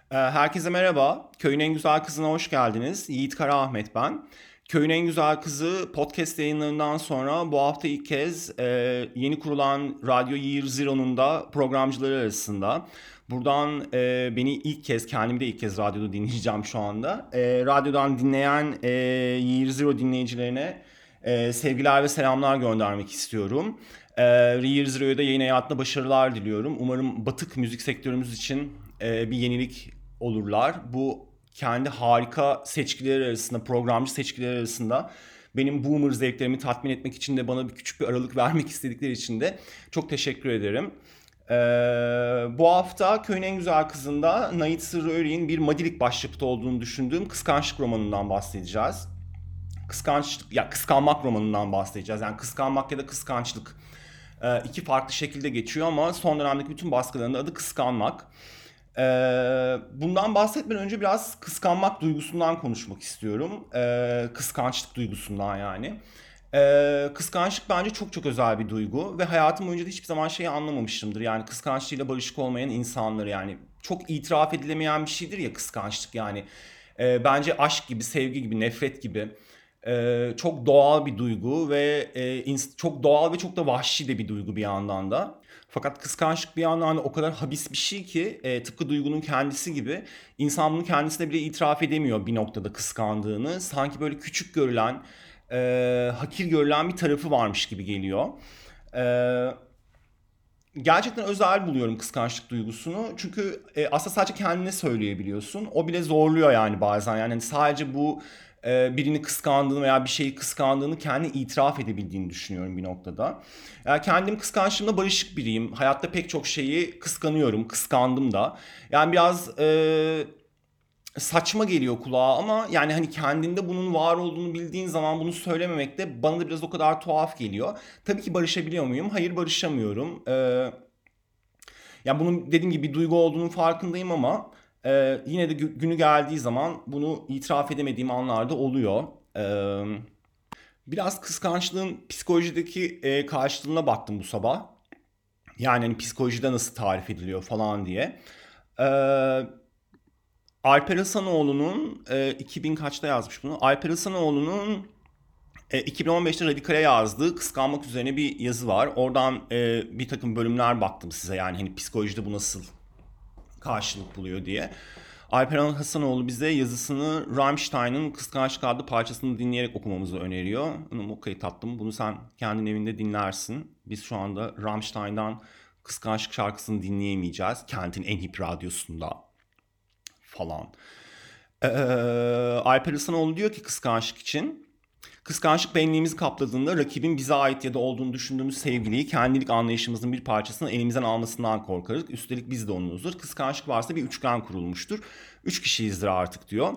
Herkese merhaba. Köyün en güzel kızına hoş geldiniz. Yiğit Karaahmet ben. Köyün en güzel kızı podcast yayınlarından sonra bu hafta ilk kez yeni kurulan Radyo Year Zero'nun da programcıları arasında. Buradan beni ilk kez, kendimi de ilk kez radyoda dinleyeceğim şu anda. Radyodan dinleyen Year Zero dinleyicilerine sevgiler ve selamlar göndermek istiyorum. Year Zero'ya da yayın hayatında başarılar diliyorum. Umarım batık müzik sektörümüz için bir yenilik olurlar. Bu kendi harika seçkileri arasında, programcı seçkileri arasında benim boomer zevklerimi tatmin etmek için de bana bir küçük bir aralık vermek istedikleri için de çok teşekkür ederim. Ee, Bu hafta Köyün En Güzel Kızı'nda Nait Sırrı Örik'in bir Madilik başlıkta olduğunu düşündüğüm Kıskançlık romanından bahsedeceğiz. Kıskanmak romanından bahsedeceğiz. Yani kıskanmak ya da kıskançlık iki farklı şekilde geçiyor ama son dönemdeki bütün baskılarında adı kıskanmak. Bundan bahsetmeden önce biraz kıskanmak duygusundan konuşmak istiyorum. Kıskançlık duygusundan yani. Kıskançlık bence çok çok özel bir duygu ve hayatım boyunca da hiçbir zaman şeyi anlamamışımdır. Yani kıskançlığıyla barışık olmayan insanları yani çok itiraf edilemeyen bir şeydir ya kıskançlık yani. Bence aşk gibi, sevgi gibi, nefret gibi çok doğal bir duygu ve çok doğal ve çok da vahşi de bir duygu bir yandan da. Fakat kıskançlık bir yandan da o kadar habis bir şey ki tıpkı duygunun kendisi gibi insan bunu kendisine bile itiraf edemiyor bir noktada kıskandığını. Sanki böyle küçük görülen, hakir görülen bir tarafı varmış gibi geliyor. E, Gerçekten özel buluyorum kıskançlık duygusunu. Çünkü aslında sadece kendine söyleyebiliyorsun. O bile zorluyor yani bazen. Yani hani sadece bu birini kıskandığını veya bir şeyi kıskandığını kendi itiraf edebildiğini düşünüyorum bir noktada. Yani kendim kıskançlığımla barışık biriyim. Hayatta pek çok şeyi kıskanıyorum, kıskandım da. Yani biraz saçma geliyor kulağa ama yani hani kendinde bunun var olduğunu bildiğin zaman bunu söylememek de bana da biraz o kadar tuhaf geliyor. Tabii ki barışabiliyor muyum? Hayır, barışamıyorum. Yani bunun dediğim gibi bir duygu olduğunun farkındayım ama yine de günü geldiği zaman bunu itiraf edemediğim anlarda oluyor. E, Biraz kıskançlığın psikolojideki karşılığına baktım bu sabah. Yani hani psikolojide nasıl tarif ediliyor falan diye. E, Alper Hasanoğlu'nun 2000 kaçta yazmış bunu? Alper Hasanoğlu'nun 2015'te Radikal'e yazdığı kıskanmak üzerine bir yazı var. Oradan bir takım bölümler baktım size yani hani psikolojide bu nasıl karşılık buluyor diye. Alperen Hasanoğlu bize yazısını Rammstein'ın Kıskançlık adlı parçasını dinleyerek okumamızı öneriyor. Bunu kayıt attım. Bunu sen kendin evinde dinlersin. Biz şu anda Rammstein'dan Kıskançlık şarkısını dinleyemeyeceğiz. Kentin en hip radyosunda falan. Ee, Alper Hasanoğlu diyor ki kıskançlık için kıskançlık benliğimizi kapladığında rakibin bize ait ya da olduğunu düşündüğümüz sevgiliyi kendilik anlayışımızın bir parçasını elimizden almasından korkarız. Üstelik biz de onunuzdur. Kıskançlık varsa bir üçgen kurulmuştur. Üç kişiyizdir artık diyor.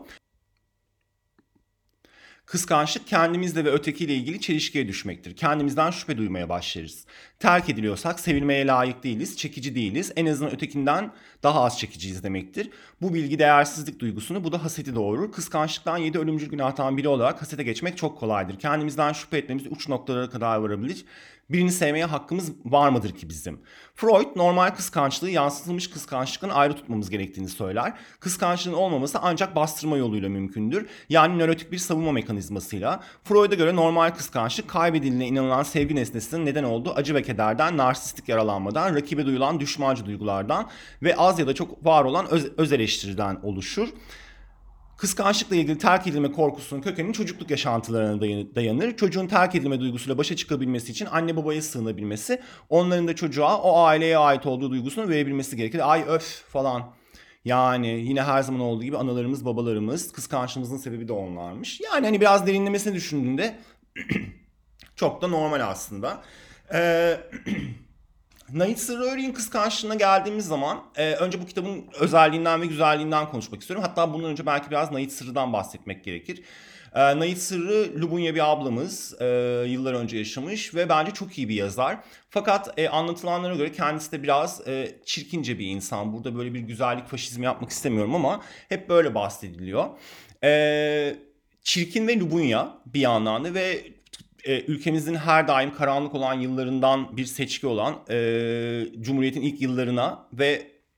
Kıskançlık kendimizle ve ötekiyle ilgili çelişkiye düşmektir. Kendimizden şüphe duymaya başlarız. Terk ediliyorsak sevilmeye layık değiliz, çekici değiliz. En azından ötekinden daha az çekiciyiz demektir. Bu bilgi değersizlik duygusunu, bu da haseti doğurur. Kıskançlıktan 7 ölümcül günahtan biri olarak hasete geçmek çok kolaydır. Kendimizden şüphe etmemiz uç noktalara kadar varabilir. Birini sevmeye hakkımız var mıdır ki bizim? Freud normal kıskançlığı yansıtılmış kıskançlıktan ayrı tutmamız gerektiğini söyler. Kıskançlığın olmaması ancak bastırma yoluyla mümkündür. Yani nörotik bir savunma mekanizmasıyla. Freud'a göre normal kıskançlık kaybedildiğine inanılan sevgi nesnesinin neden olduğu acı ve kederden, narsistik yaralanmadan, rakibe duyulan düşmancı duygulardan ve az ya da çok var olan öz eleştiriden oluşur. Kıskançlıkla ilgili terk edilme korkusunun kökeni çocukluk yaşantılarına dayanır. Çocuğun terk edilme duygusuyla başa çıkabilmesi için anne babaya sığınabilmesi, onların da çocuğa o aileye ait olduğu duygusunu verebilmesi gerekir. Ay öf falan. Yani yine her zaman olduğu gibi analarımız, babalarımız, kıskançlığımızın sebebi de onlarmış. Yani hani biraz derinlemesine düşündüğünde çok da normal aslında. Ee, Nait Sırrı Örik'in kıskançlığına geldiğimiz zaman önce bu kitabın özelliğinden ve güzelliğinden konuşmak istiyorum. Hatta bundan önce belki biraz Nait Sırrı'dan bahsetmek gerekir. Nait Sırrı Lubunya bir ablamız, yıllar önce yaşamış ve bence çok iyi bir yazar. Fakat anlatılanlara göre kendisi de biraz çirkince bir insan. Burada böyle bir güzellik faşizmi yapmak istemiyorum ama hep böyle bahsediliyor. Çirkin ve Lubunya bir yandan da ve ülkemizin her daim karanlık olan yıllarından bir seçki olan Cumhuriyet'in ilk yıllarına ve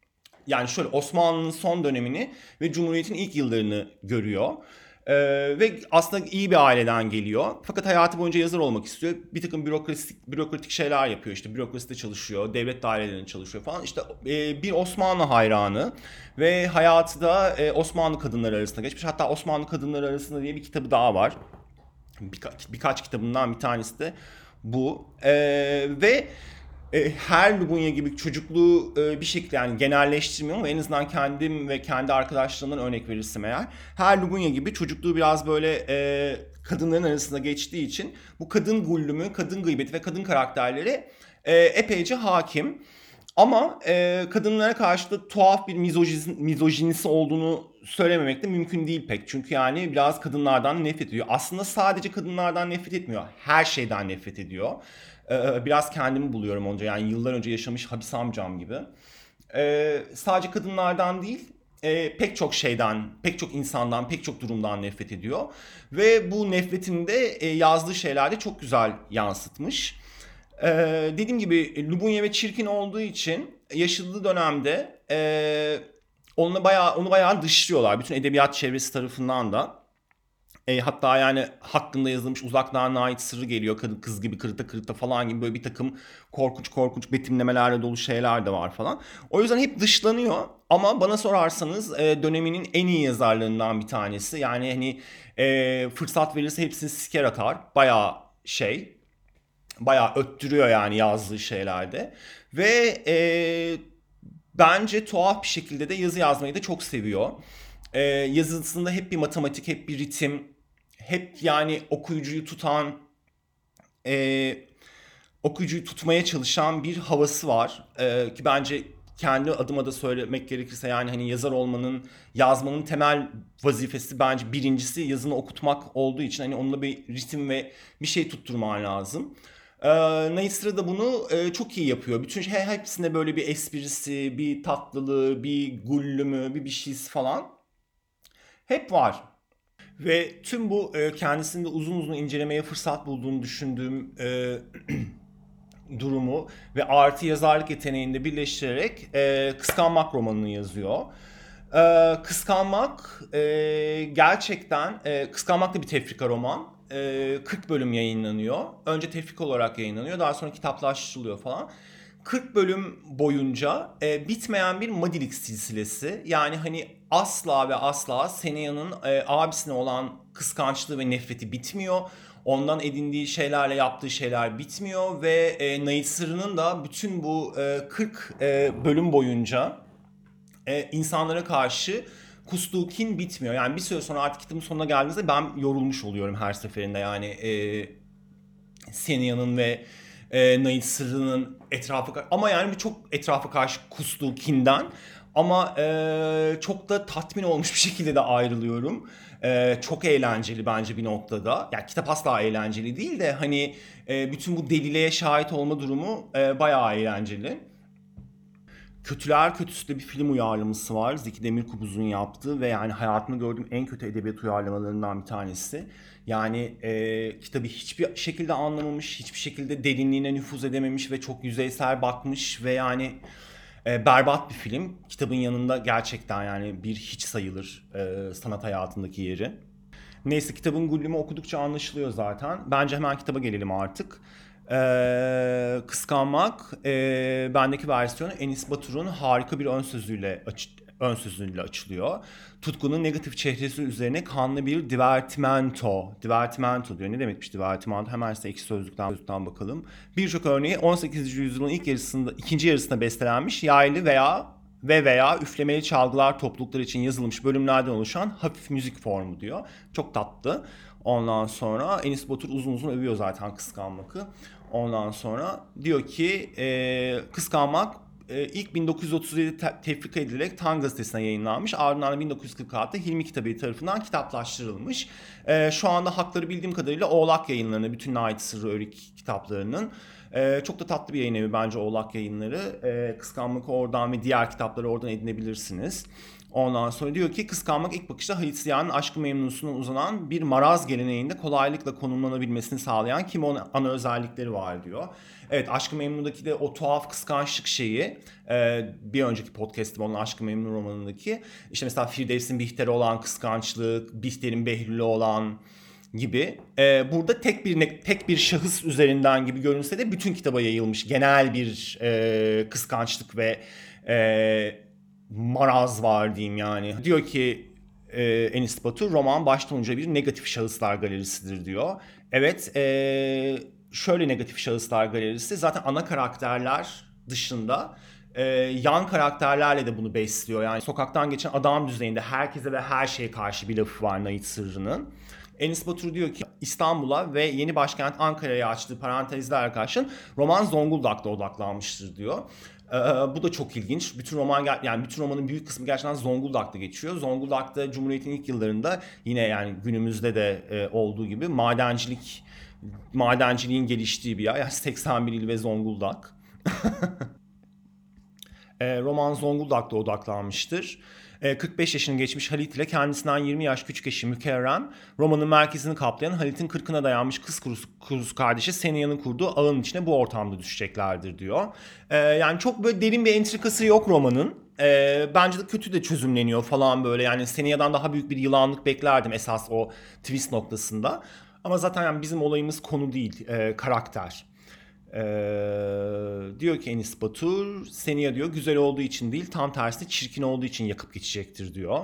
Yani şöyle, Osmanlı'nın son dönemini ve Cumhuriyet'in ilk yıllarını görüyor. Ve aslında iyi bir aileden geliyor. Fakat hayatı boyunca yazar olmak istiyor. Bir takım bürokratik şeyler yapıyor. İşte bürokraside çalışıyor, devlet dairelerinde çalışıyor falan. İşte bir Osmanlı hayranı ve hayatı da Osmanlı kadınları arasında geçmiş. Hatta Osmanlı kadınları arasında diye bir kitabı daha var. Birkaç kitabından bir tanesi de bu. Ve her Lubunya gibi çocukluğu bir şekilde, yani genelleştirmiyorum ama en azından kendim ve kendi arkadaşlarımdan örnek verirsem eğer, her Lubunya gibi çocukluğu biraz böyle kadınların arasında geçtiği için bu kadın gullümü, kadın gıybeti ve kadın karakterleri epeyce hakim. Ama kadınlara karşı da tuhaf bir mizojinisi olduğunu söylememek de mümkün değil pek. Çünkü yani biraz kadınlardan nefret ediyor. Aslında sadece kadınlardan nefret etmiyor. Her şeyden nefret ediyor. Biraz kendimi buluyorum onca. Yani yıllar önce yaşamış Habis amcam gibi. Sadece kadınlardan değil, pek çok şeyden, pek çok insandan, pek çok durumdan nefret ediyor. Ve bu nefretini de yazdığı şeylerde çok güzel yansıtmış. Dediğim gibi Lubunya ve çirkin olduğu için yaşadığı dönemde onu bayağı dışlıyorlar. Bütün edebiyat çevresi tarafından da. Hatta yani hakkında yazılmış Uzaklarına Ait Sırrı geliyor. Kadın kız gibi kırıta kırıta falan gibi böyle bir takım korkunç betimlemelerle dolu şeyler de var falan. O yüzden hep dışlanıyor. Ama bana sorarsanız döneminin en iyi yazarlarından bir tanesi. Yani hani fırsat verirse hepsini siker atar. Bayağı öttürüyor yani yazdığı şeylerde. Ve bence tuhaf bir şekilde de yazı yazmayı da çok seviyor. Yazısında hep bir matematik, hep bir ritim, hep yani e, okuyucuyu tutmaya çalışan bir havası var. Ki bence kendi adıma da söylemek gerekirse, yani hani yazar olmanın, yazmanın temel vazifesi bence birincisi yazını okutmak olduğu için hani onunla bir ritim ve bir şey tutturman lazım. Naysır'a da bunu çok iyi yapıyor. Bütün hepsinde böyle bir esprisi, bir tatlılığı, bir gullümü, bir şeysi falan hep var. Ve tüm bu kendisinde uzun uzun incelemeye fırsat bulduğunu düşündüğüm durumu ve artı yazarlık yeteneğini de birleştirerek Kıskanmak romanını yazıyor. Kıskanmak gerçekten Kıskanmak da bir tefrika roman. 40 bölüm yayınlanıyor. Önce tefrika olarak yayınlanıyor, daha sonra kitaplaştırılıyor falan. 40 bölüm boyunca bitmeyen bir Madilik silsilesi. Yani hani asla ve asla Seneya'nın abisine olan kıskançlığı ve nefreti bitmiyor. Ondan edindiği şeylerle yaptığı şeyler bitmiyor ve Naysır'ın da bütün bu 40 bölüm boyunca insanlara karşı kustuğu kin bitmiyor. Yani bir süre sonra artık kitabın sonuna geldiğinizde ben yorulmuş oluyorum her seferinde. Yani Seniya'nın ve Nait Sırrı'nın ama yani bir çok etrafa karşı kustuğu kinden, ama çok da tatmin olmuş bir şekilde de ayrılıyorum. Çok eğlenceli bence bir noktada. Yani kitap asla eğlenceli değil de hani bütün bu deliliğe şahit olma durumu bayağı eğlenceli. Kötüler Kötüsü de bir film uyarlaması var. Zeki Demirkubuz'un yaptığı ve yani hayatımda gördüğüm en kötü edebiyat uyarlamalarından bir tanesi. Yani kitabı hiçbir şekilde anlamamış, hiçbir şekilde derinliğine nüfuz edememiş ve çok yüzeysel bakmış ve yani berbat bir film. Kitabın yanında gerçekten yani bir hiç sayılır sanat hayatındaki yeri. Neyse, kitabın gullümü okudukça anlaşılıyor zaten. Bence hemen kitaba gelelim artık. Kıskanmak bendeki versiyonu Enis Batur'un harika bir ön sözüyle açılıyor. Tutkunun negatif çehresi üzerine kanlı bir divertimento. Divertimento diyor. Ne demekmiş divertimento? Hemen size ekşi sözlükten bakalım. Birçok örneği 18. yüzyılın ikinci yarısında bestelenmiş yaylı veya üflemeli çalgılar toplulukları için yazılmış bölümlerden oluşan hafif müzik formu diyor. Çok tatlı. Ondan sonra Enis Batur uzun uzun övüyor zaten Kıskanmak'ı. Ondan sonra diyor ki Kıskanmak ilk 1937 tefrika edilerek Tan gazetesine yayınlanmış. Ardından 1946'da Hilmi Kitabeyi tarafından kitaplaştırılmış. Şu anda hakları bildiğim kadarıyla Oğlak Yayınları'na, bütün Ait Sırrı Öykü kitaplarının. Çok da tatlı bir yayın evi bence Oğlak Yayınları. Kıskanmak oradan ve diğer kitapları oradan edinebilirsiniz. Ondan sonra diyor ki kıskanmak ilk bakışta Halit Ziya'nın Aşk-ı Memnu'sundan uzanan bir maraz geleneğinde kolaylıkla konumlanabilmesini sağlayan kimi ana özellikleri var diyor. Evet, Aşk-ı Memnu'daki de o tuhaf kıskançlık şeyi bir önceki podcast'im onun Aşk-ı Memnu romanındaki işte mesela Firdevs'in Bihter'e olan kıskançlık, Bihter'in Behlül'e olan gibi. Burada tek bir şahıs üzerinden gibi görünse de bütün kitaba yayılmış genel bir kıskançlık ve maraz var diyeyim yani. Diyor ki Enis Batur roman baştan uca bir negatif şahıslar galerisidir diyor. Evet, şöyle negatif şahıslar galerisi zaten ana karakterler dışında yan karakterlerle de bunu besliyor. Yani sokaktan geçen adam düzeyinde herkese ve her şeye karşı bir lafı var Nait Sırrı'nın. Enis Batur diyor ki İstanbul'a ve yeni başkent Ankara'ya açtığı parantezler karşın roman Zonguldak'ta odaklanmıştır diyor. Bu da çok ilginç. Bütün romanın büyük kısmı gerçekten Zonguldak'ta geçiyor. Zonguldak'ta Cumhuriyet'in ilk yıllarında yine yani günümüzde de olduğu gibi madenciliğin geliştiği bir yer. Yani 81 il ve Zonguldak. Roman Zonguldak'ta odaklanmıştır. 45 yaşını geçmiş Halit ile kendisinden 20 yaş küçük eşi Mükerrem, romanın merkezini kaplayan Halit'in 40'ına dayanmış kız kurusu kardeşi Seniya'nın kurduğu ağın içine bu ortamda düşeceklerdir diyor. Yani çok böyle derin bir entrikası yok romanın. Bence de kötü de çözümleniyor falan böyle. Yani Seniya'dan daha büyük bir yılanlık beklerdim esas o twist noktasında. Ama zaten yani bizim olayımız konu değil, karakter. Diyor ki Enis Batur, Seniha diyor güzel olduğu için değil tam tersi çirkin olduğu için yakıp geçecektir diyor.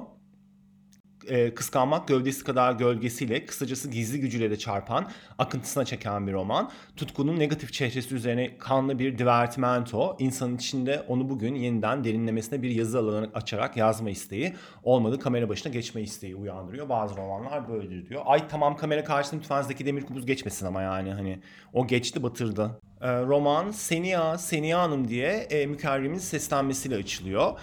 Kıskanmak gövdesi kadar gölgesiyle, kısacası gizli gücüyle de çarpan, akıntısına çeken bir roman. Tutkunun negatif çehresi üzerine kanlı bir divertimento, insanın içinde onu bugün yeniden derinlemesine bir yazı alanı açarak yazma isteği, olmadı kamera başına geçme isteği uyandırıyor. Bazı romanlar böyledir diyor. Ay tamam kamera karşısında lütfen Zeki Demirkubuz geçmesin ama yani hani o geçti batırdı. Roman Seniha Hanım diye Mükerrem'in seslenmesiyle açılıyor.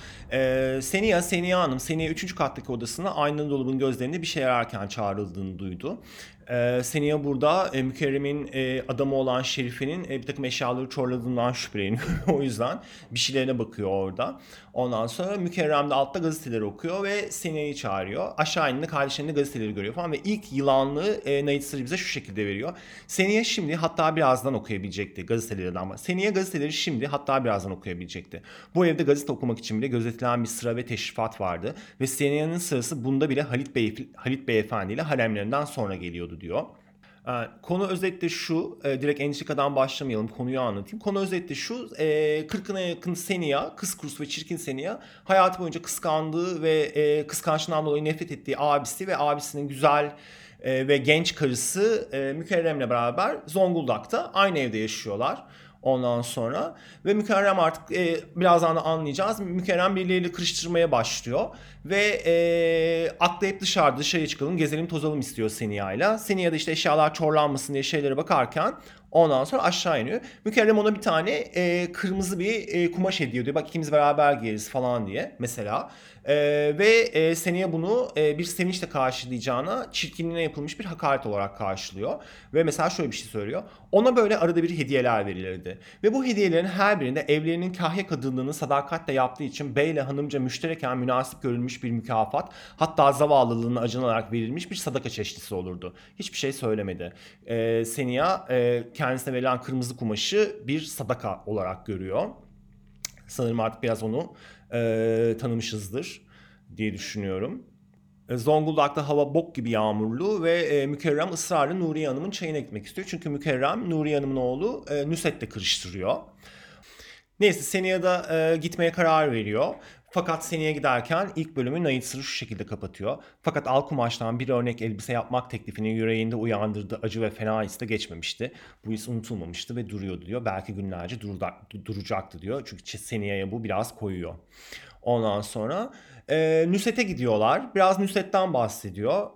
Seniha Hanım, Seniha 3. kattaki odasına aynalı dolabın gözlerinde bir şey ararken çağrıldığını duydu. Seniha burada Mükerrem'in adamı olan Şerife'nin bir takım eşyaları çorladığından şüpheleniyor. O yüzden bir şeylerine bakıyor orada. Ondan sonra Mükerrem de altta gazeteleri okuyor ve Seniha'yı çağırıyor. Aşağı indiğinde kardeşlerinde gazeteleri görüyor falan ve ilk yılanlığı Nait Sırrı bize şu şekilde veriyor. Seniha şimdi hatta birazdan okuyabilecekti gazeteleri ama Seniha gazeteleri şimdi hatta birazdan okuyabilecekti. Bu evde gazete okumak için bile gözetilen bir sıra ve teşrifat vardı ve Seniha'nın sırası bunda bile Halit Beyefendi ile haremlerinden sonra geliyordu diyor. Konu özetle şu, direkt entrikadan başlamayalım, konuyu anlatayım. Konu özetle şu, 40'ına yakın Seniha, kız kurusu ve çirkin Seniha, hayatı boyunca kıskandığı ve kıskançlığından dolayı nefret ettiği abisi ve abisinin güzel ve genç karısı Mükerrem'le beraber Zonguldak'ta aynı evde yaşıyorlar. Ondan sonra ve Mükerrem artık birazdan da anlayacağız. Mükerrem birileriyle kırıştırmaya başlıyor ve atlayıp dışarıya çıkalım gezelim tozalım istiyor Seniha'yla. Seniha da işte eşyalar çorlanmasın diye şeylere bakarken ondan sonra aşağı iniyor. Mükerrem ona bir tane kırmızı bir kumaş hediye ediyor. Bak ikimiz beraber giyeriz falan diye mesela. Ve Seniha bunu bir sevinçle karşılayacağına çirkinliğine yapılmış bir hakaret olarak karşılıyor. Ve mesela şöyle bir şey söylüyor. Ona böyle arada bir hediyeler verilirdi. Ve bu hediyelerin her birinde evlerinin kahya kadınlığını sadakatle yaptığı için beyle hanımca müştereken münasip görülmüş bir mükafat, hatta zavallılığına acınarak verilmiş bir sadaka çeşnisi olurdu. Hiçbir şey söylemedi. Seniha kendisine verilen kırmızı kumaşı bir sadaka olarak görüyor. Sanırım artık biraz onu tanımışızdır diye düşünüyorum. Zonguldak'ta hava bok gibi yağmurlu ve Mükerrem ısrarla Nuriye Hanım'ın çayına gitmek istiyor. Çünkü Mükerrem Nuriye Hanım'ın oğlu Nusret'le karıştırıyor. Neyse Seniha da gitmeye karar veriyor. Fakat Seniha giderken ilk bölümü Nait Sırrı şu şekilde kapatıyor. Fakat al kumaştan bir örnek elbise yapmak teklifini yüreğinde uyandırdığı acı ve fena his de geçmemişti. Bu his unutulmamıştı ve duruyordu diyor. Belki günlerce duracaktı diyor. Çünkü Seniha'ya bu biraz koyuyor. Ondan sonra Nusret'e gidiyorlar. Biraz Nusret'ten bahsediyor.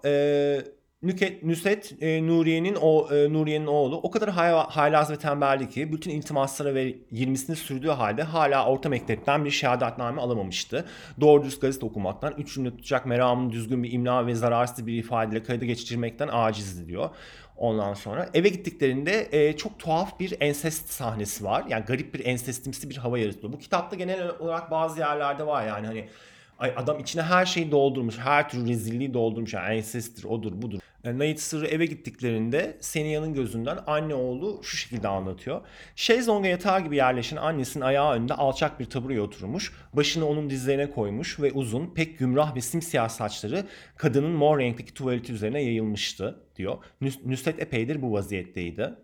Nusret, Nuriye'nin oğlu o kadar haylaz ve tembeldi ki bütün iltimaslara ve 20'sini sürdüğü halde hala orta mektepten bir şehadetname alamamıştı. Doğru düz gazete okumaktan, 3 cümle tutacak meramını düzgün bir imla ve zararsız bir ifadeyle kayda geçirmekten acizdi diyor. Ondan sonra eve gittiklerinde çok tuhaf bir ensest sahnesi var. Yani garip bir ensestimsi bir hava yaratıyor. Bu kitapta genel olarak bazı yerlerde var yani hani adam içine her şeyi doldurmuş. Her türlü rezilliği doldurmuş. Yani ensesttir, odur, budur. Nate Sırrı eve gittiklerinde Senia'nın gözünden anne oğlu şu şekilde anlatıyor. Şezlonga yatar gibi yerleşen annesinin ayağı önünde alçak bir tabureye oturmuş. Başını onun dizlerine koymuş ve uzun, pek gümrah ve simsiyah saçları kadının mor renkteki tuvaleti üzerine yayılmıştı diyor. Nusret epeydir bu vaziyetteydi.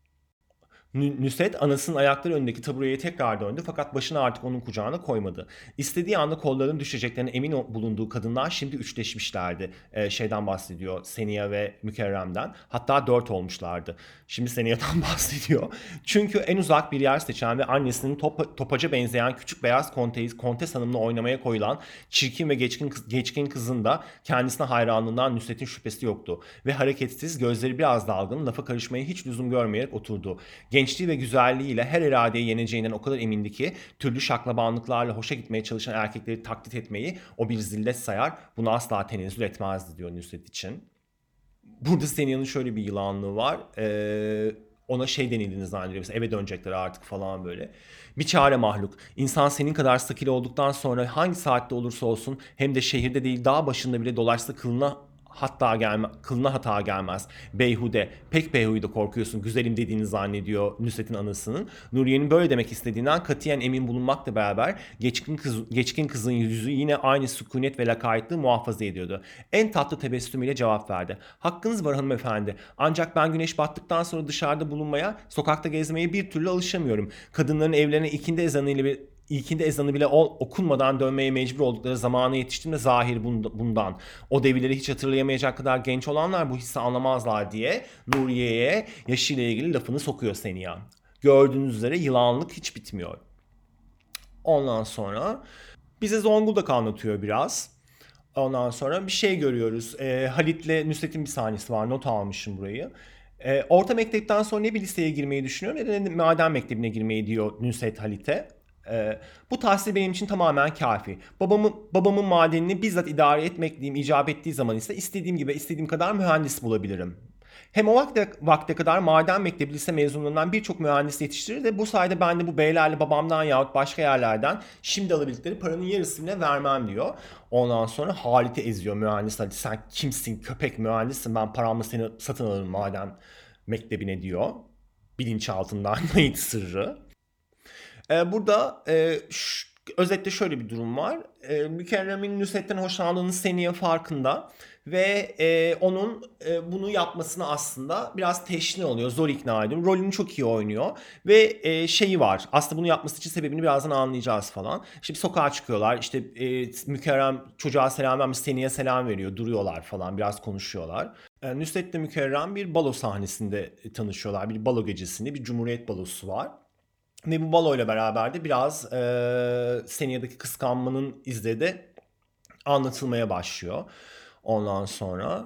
Nusret anasının ayakları önündeki tabureye tekrar döndü fakat başını artık onun kucağına koymadı. İstediği anda kolların düşeceklerine emin bulunduğu kadınlar şimdi üçleşmişlerdi. Şeyden bahsediyor, Seniha ve Mükerrem'den. Hatta 4 olmuşlardı. Şimdi Seniha'dan bahsediyor. Çünkü en uzak bir yer seçen ve annesinin topaca benzeyen küçük beyaz kontes hanımla oynamaya koyulan çirkin ve geçkin kızın da kendisine hayranlığından Nusret'in şüphesi yoktu. Ve hareketsiz, gözleri biraz dalgın, lafa karışmaya hiç lüzum görmeyerek oturdu. Gençliği ve güzelliğiyle her iradeyi yeneceğinden o kadar emindi ki türlü şaklabanlıklarla hoşa gitmeye çalışan erkekleri taklit etmeyi o bir zillet sayar, bunu asla tenezzül etmezdi diyor Nusret için. Burada Seniha'nın şöyle bir yılanlığı var. Ona şey denildiğini zannediyor. Mesela eve dönecekler artık falan böyle. Bir çare mahluk. İnsan senin kadar stakil olduktan sonra hangi saatte olursa olsun hem de şehirde değil dağ başında bile dolaşsa kılına hata gelmez. Beyhude, pek beyhude korkuyorsun. Güzelim dediğini zannediyor Nusret'in anasının. Nuriye'nin böyle demek istediğinden katiyen emin bulunmakla beraber geçkin kızın yüzü yine aynı sükunet ve lakaytlığı muhafaza ediyordu. En tatlı tebessümüyle cevap verdi. Hakkınız var hanımefendi. Ancak ben güneş battıktan sonra dışarıda bulunmaya, sokakta gezmeye bir türlü alışamıyorum. Kadınların evlerine İlkinde ezanı bile okunmadan dönmeye mecbur oldukları zamana yetiştiğimde zahir bundan. O devirleri hiç hatırlayamayacak kadar genç olanlar bu hissi anlamazlar diye Nuriye'ye yaşıyla ilgili lafını sokuyor Seniha. Gördüğünüz üzere yılanlık hiç bitmiyor. Ondan sonra bize Zonguldak anlatıyor biraz. Ondan sonra bir şey görüyoruz. Halit'le Nusret'in bir sahnesi var. Not almışım burayı. Orta mektepten sonra ne bir liseye girmeyi düşünüyorum ne de maden mektebine girmeyi diyor Nusret Halit'e. Bu tahsil benim için tamamen kafi. Babamın madenini bizzat idare etmekliyim icap ettiği zaman ise istediğim gibi istediğim kadar mühendis bulabilirim. Hem o vakte kadar maden mektebi lise mezunlarından birçok mühendis yetiştirir de bu sayede ben de bu beylerle babamdan yahut başka yerlerden şimdi alabildikleri paranın yarısını bile vermem diyor. Ondan sonra Halit'i eziyor mühendis. Hadi sen kimsin köpek mühendissin ben paramla seni satın alırım maden mektebine diyor. Bilinçaltından Nate Sırrı. Burada özetle şöyle bir durum var. Mükerrem'in Nusret'ten hoşlandığını Seniha farkında ve onun bunu yapmasına aslında biraz teşne oluyor. Zor ikna ediyor. Rolünü çok iyi oynuyor ve şeyi var. Aslında bunu yapması için sebebini birazdan anlayacağız falan. İşte bir sokağa çıkıyorlar. İşte Mükerrem çocuğa selam vermiş, Seniha selam veriyor. Duruyorlar falan. Biraz konuşuyorlar. Nusret'le Mükerrem bir balo sahnesinde tanışıyorlar. Bir balo gecesinde bir Cumhuriyet balosu var. Ve bu baloyla beraber de biraz Seniya'daki kıskanmanın izleri de anlatılmaya başlıyor. Ondan sonra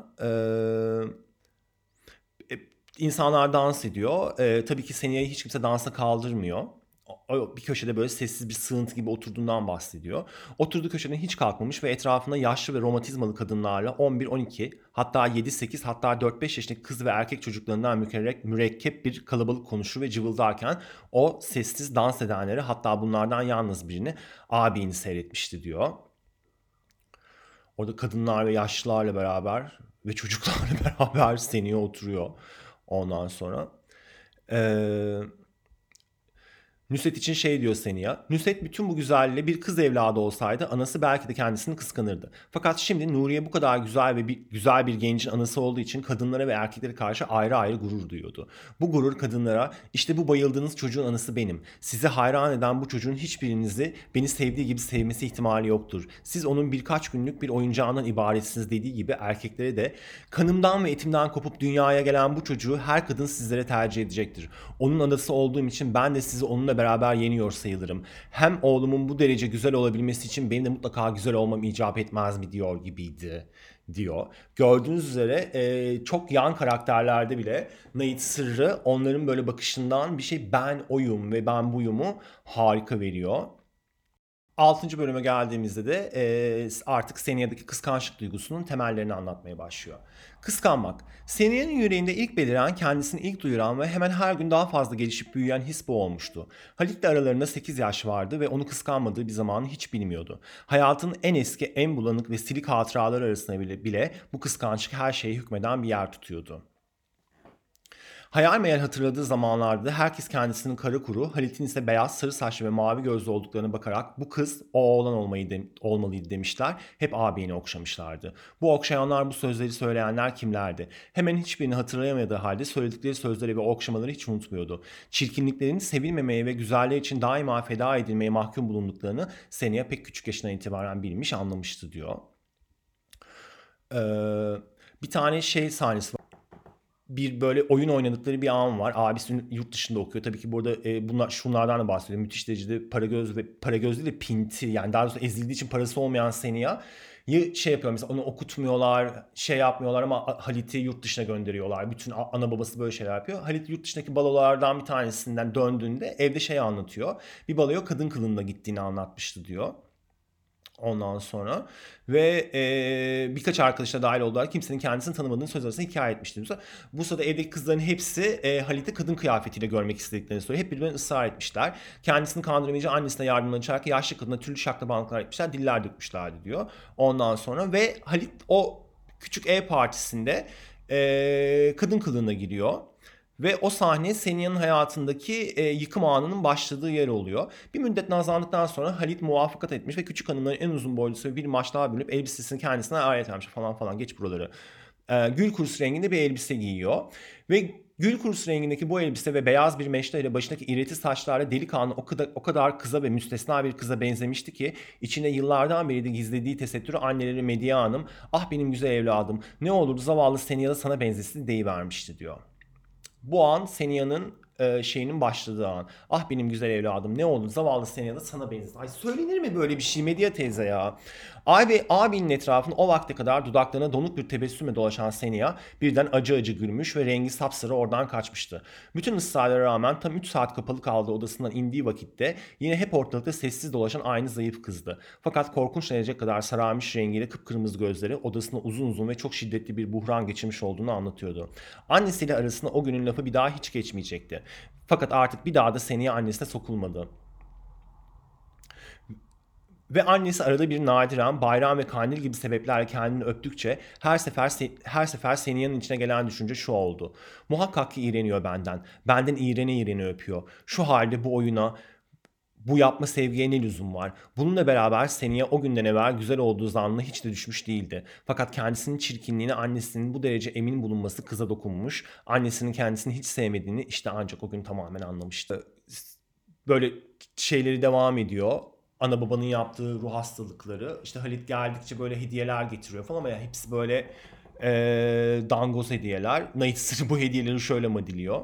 insanlar dans ediyor. Tabii ki Seniya'yı hiç kimse dansa kaldırmıyor. Bir köşede böyle sessiz bir sığıntı gibi oturduğundan bahsediyor. Oturduğu köşeden hiç kalkmamış ve etrafında yaşlı ve romatizmalı kadınlarla 11-12 hatta 7-8 hatta 4-5 yaşındaki kız ve erkek çocuklarından mürekkep bir kalabalık konuşur ve cıvıldarken o sessiz dans edenleri hatta bunlardan yalnız birini abini seyretmişti diyor. Orada kadınlar ve yaşlılarla beraber ve çocuklarla beraber Seniha oturuyor ondan sonra. Eee Nusret için şey diyor Seniha. Nusret bütün bu güzelliğiyle bir kız evladı olsaydı anası belki de kendisini kıskanırdı. Fakat şimdi Nuriye bu kadar güzel bir gencin anası olduğu için kadınlara ve erkeklere karşı ayrı ayrı gurur duyuyordu. Bu gurur kadınlara işte bu bayıldığınız çocuğun anası benim. Sizi hayran eden bu çocuğun hiçbirinizi beni sevdiği gibi sevmesi ihtimali yoktur. Siz onun birkaç günlük bir oyuncağından ibaretsiniz dediği gibi erkeklere de kanımdan ve etimden kopup dünyaya gelen bu çocuğu her kadın sizlere tercih edecektir. Onun anası olduğum için ben de sizi onunla beraber yeniyor sayılırım. Hem oğlumun bu derece güzel olabilmesi için benim de mutlaka güzel olmam icap etmez mi diyor gibiydi diyor. Gördüğünüz üzere çok yan karakterlerde bile Nate Sırrı onların böyle bakışından bir şey ben oyum ve ben buyumu harika veriyor. 6. bölüme geldiğimizde de artık Senia'daki kıskançlık duygusunun temellerini anlatmaya başlıyor. Kıskanmak. Senia'nın yüreğinde ilk beliren, kendisini ilk duyuran ve hemen her gün daha fazla gelişip büyüyen his bu olmuştu. Halit'le aralarında 8 yaş vardı ve onu kıskanmadığı bir zamanı hiç bilmiyordu. Hayatın en eski, en bulanık ve silik hatıraları arasında bile bu kıskançlık her şeye hükmeden bir yer tutuyordu. Hayal meyal hatırladığı zamanlarda herkes kendisinin kara kuru, Halit'in ise beyaz, sarı saçlı ve mavi gözlü olduklarına bakarak bu kız o oğlan olmalıydı demişler. Hep ağabeyini okşamışlardı. Bu okşayanlar, bu sözleri söyleyenler kimlerdi? Hemen hiçbirini hatırlayamadığı halde söyledikleri sözleri ve okşamaları hiç unutmuyordu. Çirkinliklerin sevilmemeye ve güzelliği için daima feda edilmeye mahkum bulunduklarını Senia pek küçük yaşından itibaren bilmiş, anlamıştı diyor. Bir tane şey sahnesi var, bir böyle oyun oynadıkları bir an var. Abisi yurt dışında okuyor. Tabii ki burada şunlardan da bahsediyor. Müthiş derecede para göz değil de pinti. Yani daha doğrusu ezildiği için parası olmayan Seniha şey yapıyor mesela, onu okutmuyorlar, şey yapmıyorlar ama Halit'i yurt dışına gönderiyorlar. Bütün ana babası böyle şeyler yapıyor. Halit yurt dışındaki balolardan bir tanesinden döndüğünde evde şey anlatıyor. Bir baloya kadın kılığında gittiğini anlatmıştı diyor. Ondan sonra ve birkaç arkadaşla dahil oldular. Kimsenin kendisini tanımadığını söz arasında hikaye etmişti. Bu sırada evdeki kızların hepsi Halit'i kadın kıyafetiyle görmek istediklerini söylüyor. Hep birbirine ısrar etmişler. Kendisini kandıramayınca annesine yardımlaşarak yaşlı kadına türlü şaklabanlıklar etmişler. Diller dökmüşlerdi diyor. Ondan sonra ve Halit o küçük ev partisinde kadın kılığına giriyor. Ve o sahne Senia'nın hayatındaki yıkım anının başladığı yer oluyor. Bir müddet nazlandıktan sonra Halit muvaffakat etmiş ve küçük hanımların en uzun boylusu bir maçlığa bölüp elbisesini kendisine ait etmiş falan falan, geç buraları. Gül kurusu renginde bir elbise giyiyor. Ve gül kurusu rengindeki bu elbise ve beyaz bir meşte ile başındaki iğreti saçlarla delikanlı o kadar kıza ve müstesna bir kıza benzemişti ki içinde yıllardan beri de gizlediği tesettürü anneleri Medya Hanım, ah benim güzel evladım ne olur zavallı Senia'da sana benzesin deyivermişti diyor. Bu an Senia'nın şeyinin başladığı an. Ah benim güzel evladım ne oldu zavallı Senia da sana benzesin. Ay söylenir mi böyle bir şey Medya teyze ya? Abinin etrafında o vakte kadar dudaklarına donuk bir tebessümle dolaşan Senia birden acı acı gülmüş ve rengi sapsarı oradan kaçmıştı. Bütün ısrarlara rağmen tam 3 saat kapalı kaldığı odasından indiği vakitte yine hep ortalıkta sessiz dolaşan aynı zayıf kızdı. Fakat korkunç denecek kadar sararmış rengiyle kıpkırmızı gözleri odasında uzun uzun ve çok şiddetli bir buhran geçirmiş olduğunu anlatıyordu. Annesiyle arasında o günün lafı bir daha hiç geçmeyecekti. Fakat artık bir daha da Seniha annesine sokulmadı. Ve annesi arada bir nadiren bayram ve kandil gibi sebeplerle kendini öptükçe her sefer Seniha'nın içine gelen düşünce şu oldu. Muhakkak ki iğreniyor benden. Benden iğrene öpüyor. Şu halde bu oyuna, bu yapma sevgiye ne lüzum var? Bununla beraber Seniha o günden evvel güzel olduğu zannına hiç de düşmüş değildi. Fakat kendisinin çirkinliğine annesinin bu derece emin bulunması kıza dokunmuş. Annesinin kendisini hiç sevmediğini işte ancak o gün tamamen anlamıştı. Böyle şeyleri devam ediyor. Ana babanın yaptığı ruh hastalıkları. İşte Halit geldikçe böyle hediyeler getiriyor falan ama ya hepsi böyle dangoz hediyeler. Night bu hediyeleri şöyle madiliyor.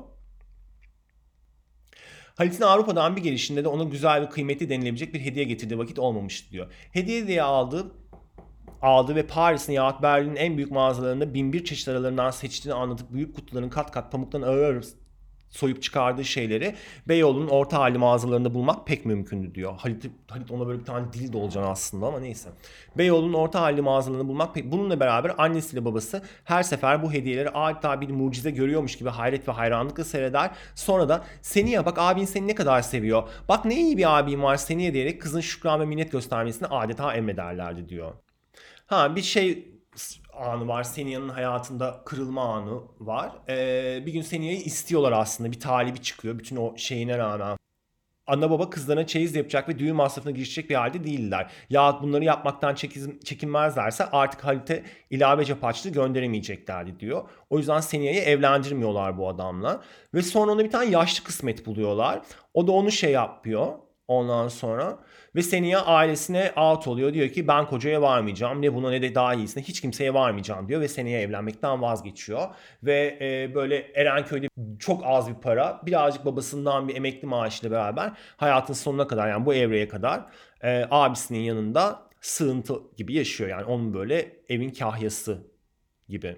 Halit'in Avrupa'dan bir gelişinde de ona güzel ve kıymetli denilebilecek bir hediye getirdiği vakit olmamıştı diyor. Hediye diye aldı ve Paris'in yahut Berlin'in en büyük mağazalarında bin bir çeşit aralarından seçtiğini anlatıp büyük kutuların kat kat pamuktan ağır ağır soyup çıkardığı şeyleri Beyoğlu'nun orta halli mağazalarında bulmak pek mümkündü diyor. Halit ona böyle bir tane dil de olacaksın aslında ama neyse. Beyoğlu'nun orta halli mağazalarında bulmak pek... Bununla beraber annesiyle babası her sefer bu hediyeleri adeta bir mucize görüyormuş gibi hayret ve hayranlıkla seyreder. Sonra da Seniha bak abin seni ne kadar seviyor. Bak ne iyi bir abin var Seniha diyerek kızın şükran ve minnet göstermesini adeta emrederlerdi diyor. Ha bir şey anı var. Seniya'nın hayatında kırılma anı var. Bir gün Seniya'yı istiyorlar aslında. Bir talibi çıkıyor. Bütün o şeyine rağmen. Ana baba kızlarına çeyiz yapacak ve düğün masrafına girişecek bir halde değiller. Yahut bunları yapmaktan çekinmezlerse artık Halit'e ilave cepaçlı gönderemeyeceklerdi diyor. O yüzden Seniya'yı evlendirmiyorlar bu adamla. Ve sonra ona bir tane yaşlı kısmet buluyorlar. O da onu şey yapıyor. Ondan sonra ve Seniha ailesine out oluyor. Diyor ki ben kocaya varmayacağım. Ne buna ne de daha iyisine hiç kimseye varmayacağım diyor. Ve Seniha evlenmekten vazgeçiyor. Ve böyle Erenköy'de çok az bir para, birazcık babasından bir emekli maaşıyla beraber hayatın sonuna kadar, yani bu evreye kadar abisinin yanında sığıntı gibi yaşıyor. Yani onun böyle evin kahyası gibi.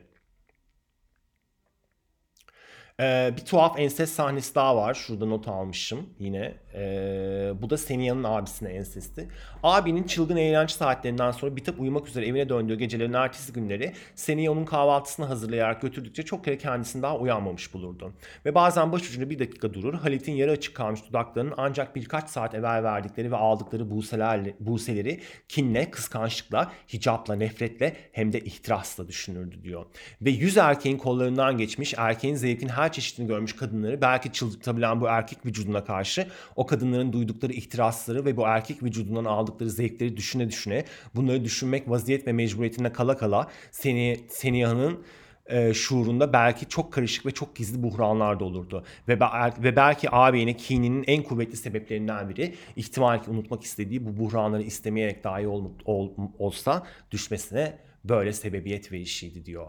Bir tuhaf ensest sahnesi daha var. Şurada not almışım yine. Bu da Seniya'nın abisine ensesti. Abinin çılgın eğlence saatlerinden sonra bitip uyumak üzere evine döndüğü gecelerin ertesi günleri Seniya onun kahvaltısını hazırlayarak götürdükçe çok kere kendisini daha uyanmamış bulurdu. Ve bazen başucunda bir dakika durur, Halit'in yarı açık kalmış dudaklarının ancak birkaç saat evvel verdikleri ve aldıkları buseleri kinle, kıskançlıkla, hicapla, nefretle hem de ihtirasla düşünürdü diyor. Ve 100 erkeğin kollarından geçmiş, erkeğin zevkin her çeşidini görmüş kadınları belki çıldırtabilen bu erkek vücuduna karşı o kadınların duydukları ihtirasları ve bu erkek vücudundan aldıkları zevkleri düşüne düşüne, bunları düşünmek vaziyet ve mecburiyetinde kala kala Seniya'nın şuurunda belki çok karışık ve çok gizli buhranlar da olurdu. Ve belki ağabeyine kininin en kuvvetli sebeplerinden biri ihtimal ki unutmak istediği bu buhranları istemeyerek dahi olsa düşmesine böyle sebebiyet verişiydi diyor.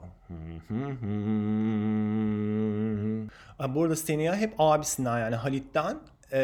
Bu arada Seniha hep abisinden yani Halit'ten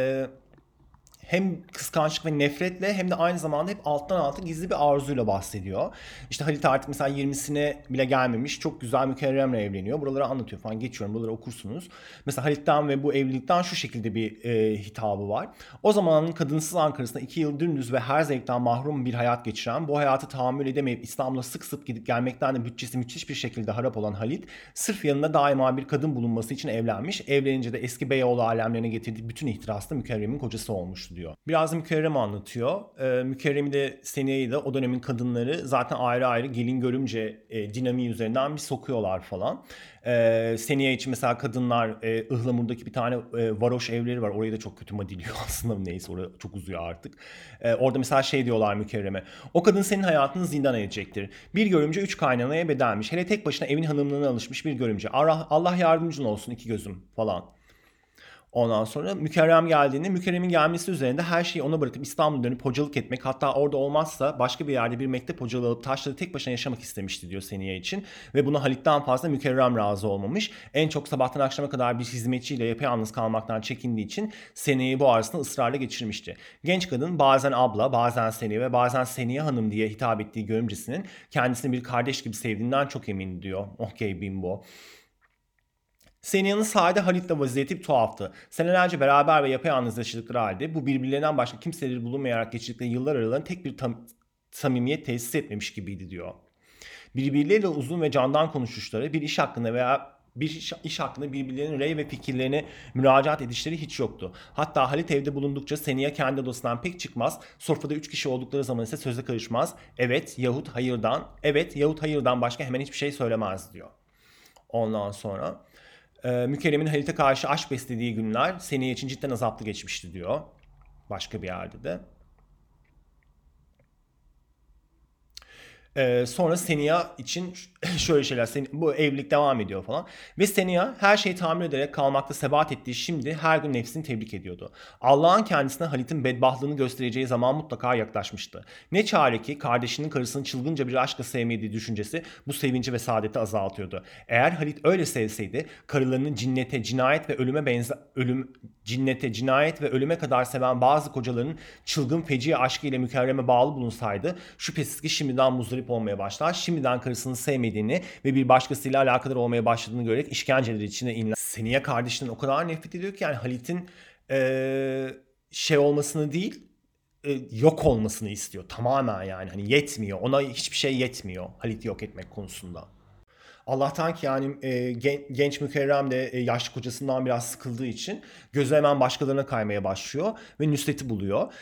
hem kıskançlık ve nefretle hem de aynı zamanda hep alttan alta gizli bir arzuyla bahsediyor. İşte Halit artık mesela 20'sine bile gelmemiş. Çok güzel Mükerrem'le evleniyor. Buraları anlatıyor falan. Geçiyorum. Buraları okursunuz. Mesela Halit'ten ve bu evlilikten şu şekilde bir hitabı var. O zamanın kadınsız Ankara'sında 2 yıl dümdüz ve her zevkten mahrum bir hayat geçiren, bu hayatı tahammül edemeyip İstanbul'a sık sık gidip gelmekten de bütçesi müthiş bir şekilde harap olan Halit, sırf yanında daima bir kadın bulunması için evlenmiş. Evlenince de eski beyoğlu alemlerine getirdiği bütün ihtirasla Mükerrem'in kocası olmuştu diyor. Biraz Mükerrem anlatıyor. Mükerrem'i de Seniya'yı da o dönemin kadınları zaten ayrı ayrı gelin görümce dinamiği üzerinden bir sokuyorlar falan. Seniya için mesela kadınlar Ihlamur'daki bir tane varoş evleri var. Orayı da çok kötü madiliyor aslında, neyse orası çok uzuyor artık. Orada mesela şey diyorlar Mükerrem'e. O kadın senin hayatını zindan edecektir. Bir görümce 3 kaynanaya bedelmiş. Hele tek başına evin hanımlığına alışmış bir görümce. Allah yardımcın olsun iki gözüm falan. Ondan sonra Mükerrem geldiğinde Mükerrem'in gelmesi üzerinde her şeyi ona bırakıp İstanbul'a dönüp hocalık etmek, hatta orada olmazsa başka bir yerde bir mektep hocalığı alıp taşları tek başına yaşamak istemişti diyor Seniye için. Ve buna Halit'ten fazla Mükerrem razı olmamış. En çok sabahtan akşama kadar bir hizmetçiyle yapayalnız kalmaktan çekindiği için Seniye'yi bu arasında ısrarla geçirmişti. Genç kadın bazen abla, bazen Seniye ve bazen Seniye Hanım diye hitap ettiği görümcesinin kendisini bir kardeş gibi sevdiğinden çok emin diyor. Okey bimbo. Seniya'nın sade Halit'le vaziyeti bir tuhaftı. Senelerce beraber ve yapayalnız yaşadıkları halde bu birbirlerinden başka kimseleri bulunmayarak geçirdikleri yıllar aralarında tek bir samimiyet tesis etmemiş gibiydi diyor. Birbirleriyle uzun ve candan konuşuşları, bir iş hakkında veya bir iş hakkında birbirlerinin rey ve fikirlerini müracaat edişleri hiç yoktu. Hatta Halit evde bulundukça Seniya kendi odasından pek çıkmaz, sofrada 3 kişi oldukları zaman ise söze karışmaz, evet yahut hayırdan başka hemen hiçbir şey söylemez diyor. Ondan sonra Mükerrem'in Halit'e karşı aşk beslediği günler Seniye için cidden azaplı geçmişti diyor. Başka bir yerde de. Sonra Seniha için şöyle şeyler, bu evlilik devam ediyor falan. Ve Seniha her şeyi tahammül ederek kalmakta sebat ettiği şimdi her gün nefsini tebrik ediyordu. Allah'ın kendisine Halit'in bedbahtlığını göstereceği zaman mutlaka yaklaşmıştı. Ne çare ki kardeşinin karısını çılgınca bir aşkla sevmediği düşüncesi bu sevinci ve saadeti azaltıyordu. Eğer Halit öyle sevseydi, karılarının cinnete, cinayet ve ölüme kadar seven bazı kocaların çılgın feci aşkı ile Mükerrem'e bağlı bulunsaydı, şüphesiz ki şimdiden muzdarip olmaya başlar. Şimdiden karısını sevmediğini ve bir başkasıyla alakadar olmaya başladığını görerek işkenceleri içine inler. Seniye kardeşinden o kadar nefret ediyor ki yani Halit'in şey olmasını değil, yok olmasını istiyor tamamen yani. Hani yetmiyor. Ona hiçbir şey yetmiyor Halit'i yok etmek konusunda. Allah'tan ki yani genç Mükerrem de yaşlı kocasından biraz sıkıldığı için gözü hemen başkalarına kaymaya başlıyor ve Nusret'i buluyor.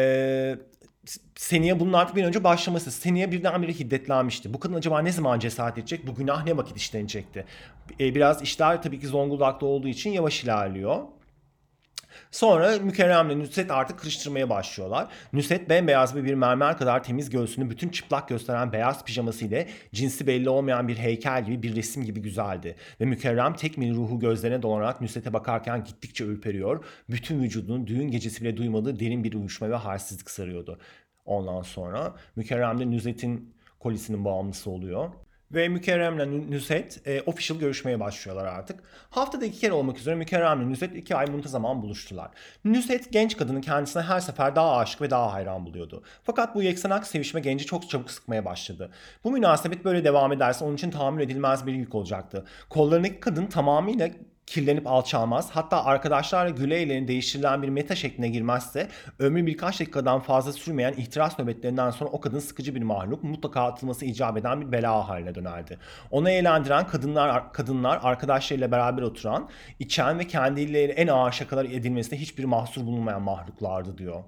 Seniye bunun artık bir önce başlaması. Seniye birdenbire hiddetlenmişti. Bu kadın acaba ne zaman cesaret edecek? Bu günah ne vakit işlenecekti? Biraz işler tabii ki Zonguldak'ta olduğu için yavaş ilerliyor. Sonra Mükerrem'le Nusret artık kırıştırmaya başlıyorlar. Nusret bembeyaz bir mermer kadar temiz göğsünü bütün çıplak gösteren beyaz pijaması ile cinsi belli olmayan bir heykel gibi, bir resim gibi güzeldi. Ve Mükerrem tekmil ruhu gözlerine dolanarak Nusret'e bakarken gittikçe ürperiyor. Bütün vücudunu düğün gecesi bile duymadığı derin bir uyuşma ve halsizlik sarıyordu. Ondan sonra Mükerrem de Nusret'in kolisinin bağımlısı oluyor. Ve Mükerrem'le Nusret official görüşmeye başlıyorlar artık. Haftada 2 kere olmak üzere Mükerrem'le Nusret 2 ay muntazaman buluştular. Nusret genç kadının kendisine her sefer daha aşık ve daha hayran buluyordu. Fakat bu yeksenak sevişme genci çok çabuk sıkmaya başladı. Bu münasebet böyle devam ederse onun için tahammül edilmez bir yük olacaktı. Kollarındaki kadın tamamıyla kirlenip alçalmaz. Hatta arkadaşlarla güle eğleni değiştirilen bir meta şekline girmezse ömrü birkaç dakikadan fazla sürmeyen ihtiras nöbetlerinden sonra o kadın sıkıcı bir mahluk, mutlaka atılması icap eden bir bela haline dönerdi. Onu eğlendiren kadınlar arkadaşlarıyla beraber oturan, içen ve kendileriyle en ağır şakalar edilmesine hiçbir mahsur bulunmayan mahluklardı diyor.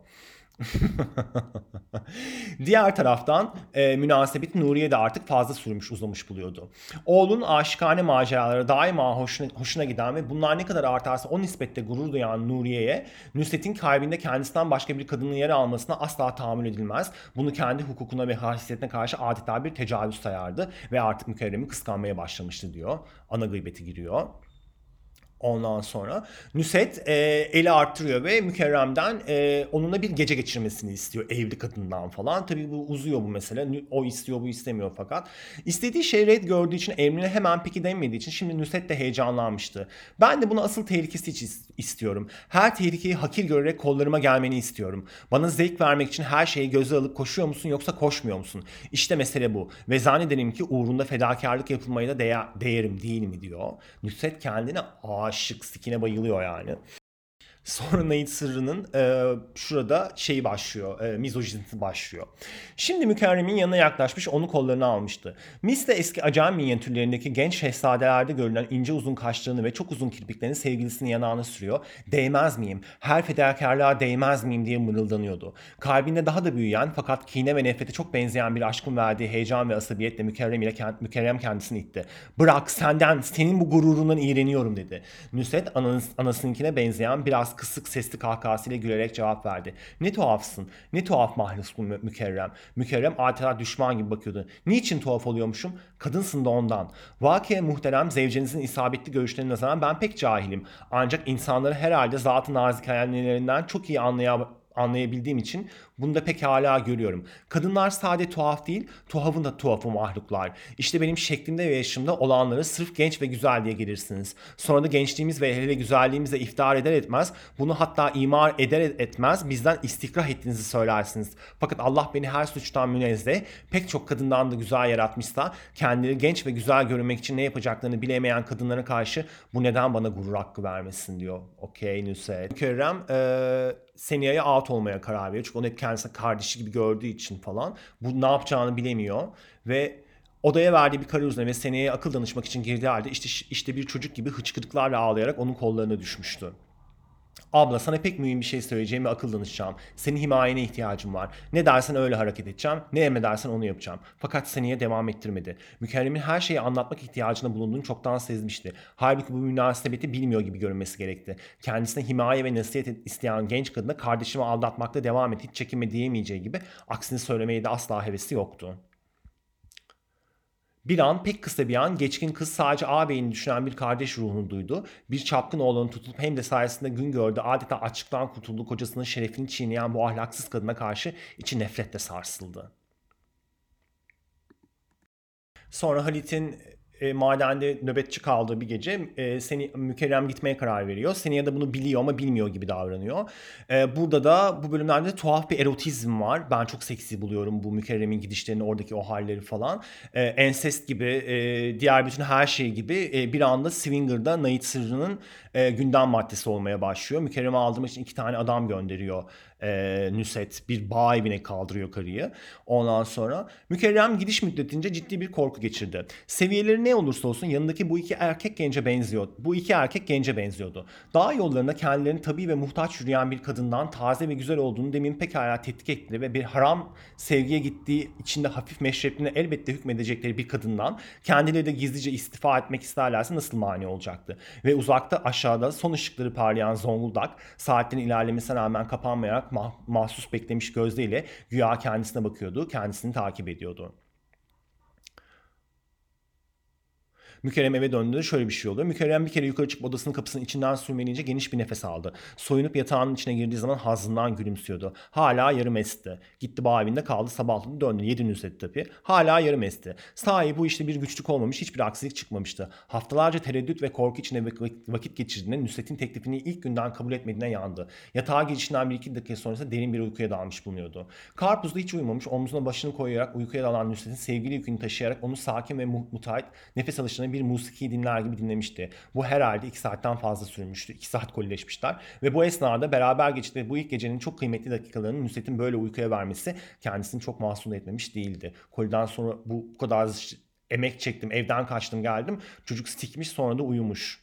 Diğer taraftan münasebet Nuriye de artık fazla sürmüş uzamış buluyordu. Oğlun aşikane maceraları daima hoşuna giden ve bunlar ne kadar artarsa o nispette gurur duyan Nuriye'ye Nusret'in kalbinde kendisinden başka bir kadının yer almasına asla tahammül edilmez. Bunu kendi hukukuna ve haysiyetine karşı adeta bir tecavüz sayardı ve artık Mükerrem'i kıskanmaya başlamıştı diyor. Ana gıybeti giriyor. Ondan sonra Nusret eli arttırıyor ve Mükerrem'den onunla bir gece geçirmesini istiyor evli kadından falan. Tabii bu uzuyor bu mesele. O istiyor bu istemiyor fakat. İstediği şey red gördüğü için emrine hemen peki demediği için şimdi Nusret de heyecanlanmıştı. Ben de bunu asıl tehlikesi için istiyorum. Her tehlikeyi hakir görerek kollarıma gelmeni istiyorum. Bana zevk vermek için her şeyi göze alıp koşuyor musun yoksa koşmuyor musun? İşte mesele bu. Ve zannederim ki uğrunda fedakarlık yapılmaya da değerim değil mi diyor. Nusret kendine aşık, Skin'e bayılıyor yani. Sonra Nate Sırrı'nın şurada şeyi başlıyor, mizojinisi başlıyor. Şimdi Mükerrem'in yanına yaklaşmış, onu kollarına almıştı. Miss de eski acayip minyatürlerindeki genç şehzadelerde görülen ince uzun kaşlarını ve çok uzun kirpiklerini sevgilisinin yanağına sürüyor. Değmez miyim, her fedakarlığa değmez miyim diye mırıldanıyordu. Kalbinde daha da büyüyen fakat kine ve nefrete çok benzeyen bir aşkın verdiği heyecan ve asabiyetle Mükerrem kendisini itti. Bırak senden, senin bu gururundan iğreniyorum dedi. Nusret anasınınkine benzeyen biraz kısık sesli kahkahasıyla gülerek cevap verdi. Ne tuhafsın, ne tuhaf mahlussun Mükerrem. Mükerrem adeta düşman gibi bakıyordu. Niçin tuhaf oluyormuşum? Kadınsın da ondan. Vakiye muhterem zevcenizin isabetli görüşlerine nazaran ben pek cahilim. Ancak insanları herhalde zat-ı nazik hayallerinden çok iyi anlayabildiğim için bunu da pekala görüyorum. Kadınlar sade tuhaf değil, tuhafın da tuhafı mahluklar. İşte benim şeklimde ve yaşımda olanları sırf genç ve güzel diye gelirsiniz. Sonra da gençliğimiz ve hele güzelliğimize iftihar eder etmez, bunu hatta imar eder etmez bizden istikrah ettiğinizi söylersiniz. Fakat Allah beni her suçtan münezzeh, pek çok kadından da güzel yaratmışsa, kendileri genç ve güzel görünmek için ne yapacaklarını bilemeyen kadınlara karşı bu neden bana gurur hakkı vermesin diyor. Okey Nusret. Mükerrem Seniya'ya out olmaya karar veriyor. Çünkü onu hep kendisine kardeşi gibi gördüğü için falan. Bu ne yapacağını bilemiyor. Ve odaya verdiği bir karar üzerine ve Seniya'ya akıl danışmak için girdiği halde işte bir çocuk gibi hıçkırıklarla ağlayarak onun kollarına düşmüştü. Abla sana pek mühim bir şey söyleyeceğim ve akıl danışacağım. Senin himayene ihtiyacım var. Ne dersen öyle hareket edeceğim, ne emredersen onu yapacağım. Fakat Seniye devam ettirmedi. Mükerrem'in her şeyi anlatmak ihtiyacında bulunduğunu çoktan sezmişti. Halbuki bu münasebeti bilmiyor gibi görünmesi gerekti. Kendisine himaye ve nasihat isteyen genç kadına kardeşimi aldatmakta devam et hiç çekinme diyemeyeceği gibi aksini söylemeye de asla hevesi yoktu. Bir an, pek kısa bir an geçkin kız sadece ağabeyini düşünen bir kardeş ruhunu duydu. Bir çapkın oğlanı tutulup hem de sayesinde gün gördü adeta açlıktan kurtulduğu kocasının şerefini çiğneyen bu ahlaksız kadına karşı içi nefretle sarsıldı. Sonra Halit'in madende nöbetçi kaldığı bir gece Mükerrem gitmeye karar veriyor. Seniye de bunu biliyor ama bilmiyor gibi davranıyor. Burada da bu bölümlerde tuhaf bir erotizm var. Ben çok seksi buluyorum bu Mükerrem'in gidişlerini, oradaki o halleri falan. Ensest gibi, diğer bütün her şey gibi bir anda Swinger'da Nate Sırrı'nın gündem maddesi olmaya başlıyor. Mükerrem'i aldırmak için 2 tane adam gönderiyor. Nusret bir bağ evine kaldırıyor karıyı. Ondan sonra Mükerrem gidiş müddetince ciddi bir korku geçirdi. Seviyeleri ne olursa olsun yanındaki bu iki erkek gence benziyor. Bu iki erkek gence benziyordu. Dağ yollarında kendilerini tabii ve muhtaç yürüyen bir kadından taze ve güzel olduğunu demin pekala tetkik ettiler ve bir haram sevgiye gittiği içinde hafif meşrepline elbette hükmedecekleri bir kadından kendileri de gizlice istifa etmek isterlerse nasıl mani olacaktı? Ve uzakta aşağıda son ışıkları parlayan Zonguldak saatlerin ilerlemesine rağmen kapanmayarak mahsus beklemiş gözleriyle güya kendisine bakıyordu, kendisini takip ediyordu. Mükerrem eve döndüğünde şöyle bir şey oluyor. Mükerrem bir kere yukarı çıkıp odasının kapısının içinden sürmeleyince geniş bir nefes aldı. Soyunup yatağının içine girdiği zaman hazzından gülümsüyordu. Hala yarım esti. Gitti bağ evinde kaldı, sabahladı döndü. 7 Nusret tabii. Hala yarım esti. Sahi bu işte bir güçlük olmamış, hiçbir aksilik çıkmamıştı. Haftalarca tereddüt ve korku içinde vakit geçirdiğinde Nusret'in teklifini ilk günden kabul etmediğine yandı. Yatağa girişinden 1-2 dakika sonrasında derin bir uykuya dalmış bulunuyordu. Karpuzda hiç uyumamış, omzuna başını koyarak uykuya dalan Nusret'in sevgili yükünü taşıyarak onu sakin ve mutait nefes alışına başına bir musiki dinler gibi dinlemişti. Bu herhalde 2 saatten fazla sürmüştü. 2 saat kolileşmişler. Ve bu esnada beraber geçtikleri bu ilk gecenin çok kıymetli dakikalarını Nusret'in böyle uykuya vermesi kendisini çok mahzun etmemiş değildi. Koliden sonra bu kadar emek çektim, evden kaçtım geldim. Çocuk sikmiş, sonra da uyumuş.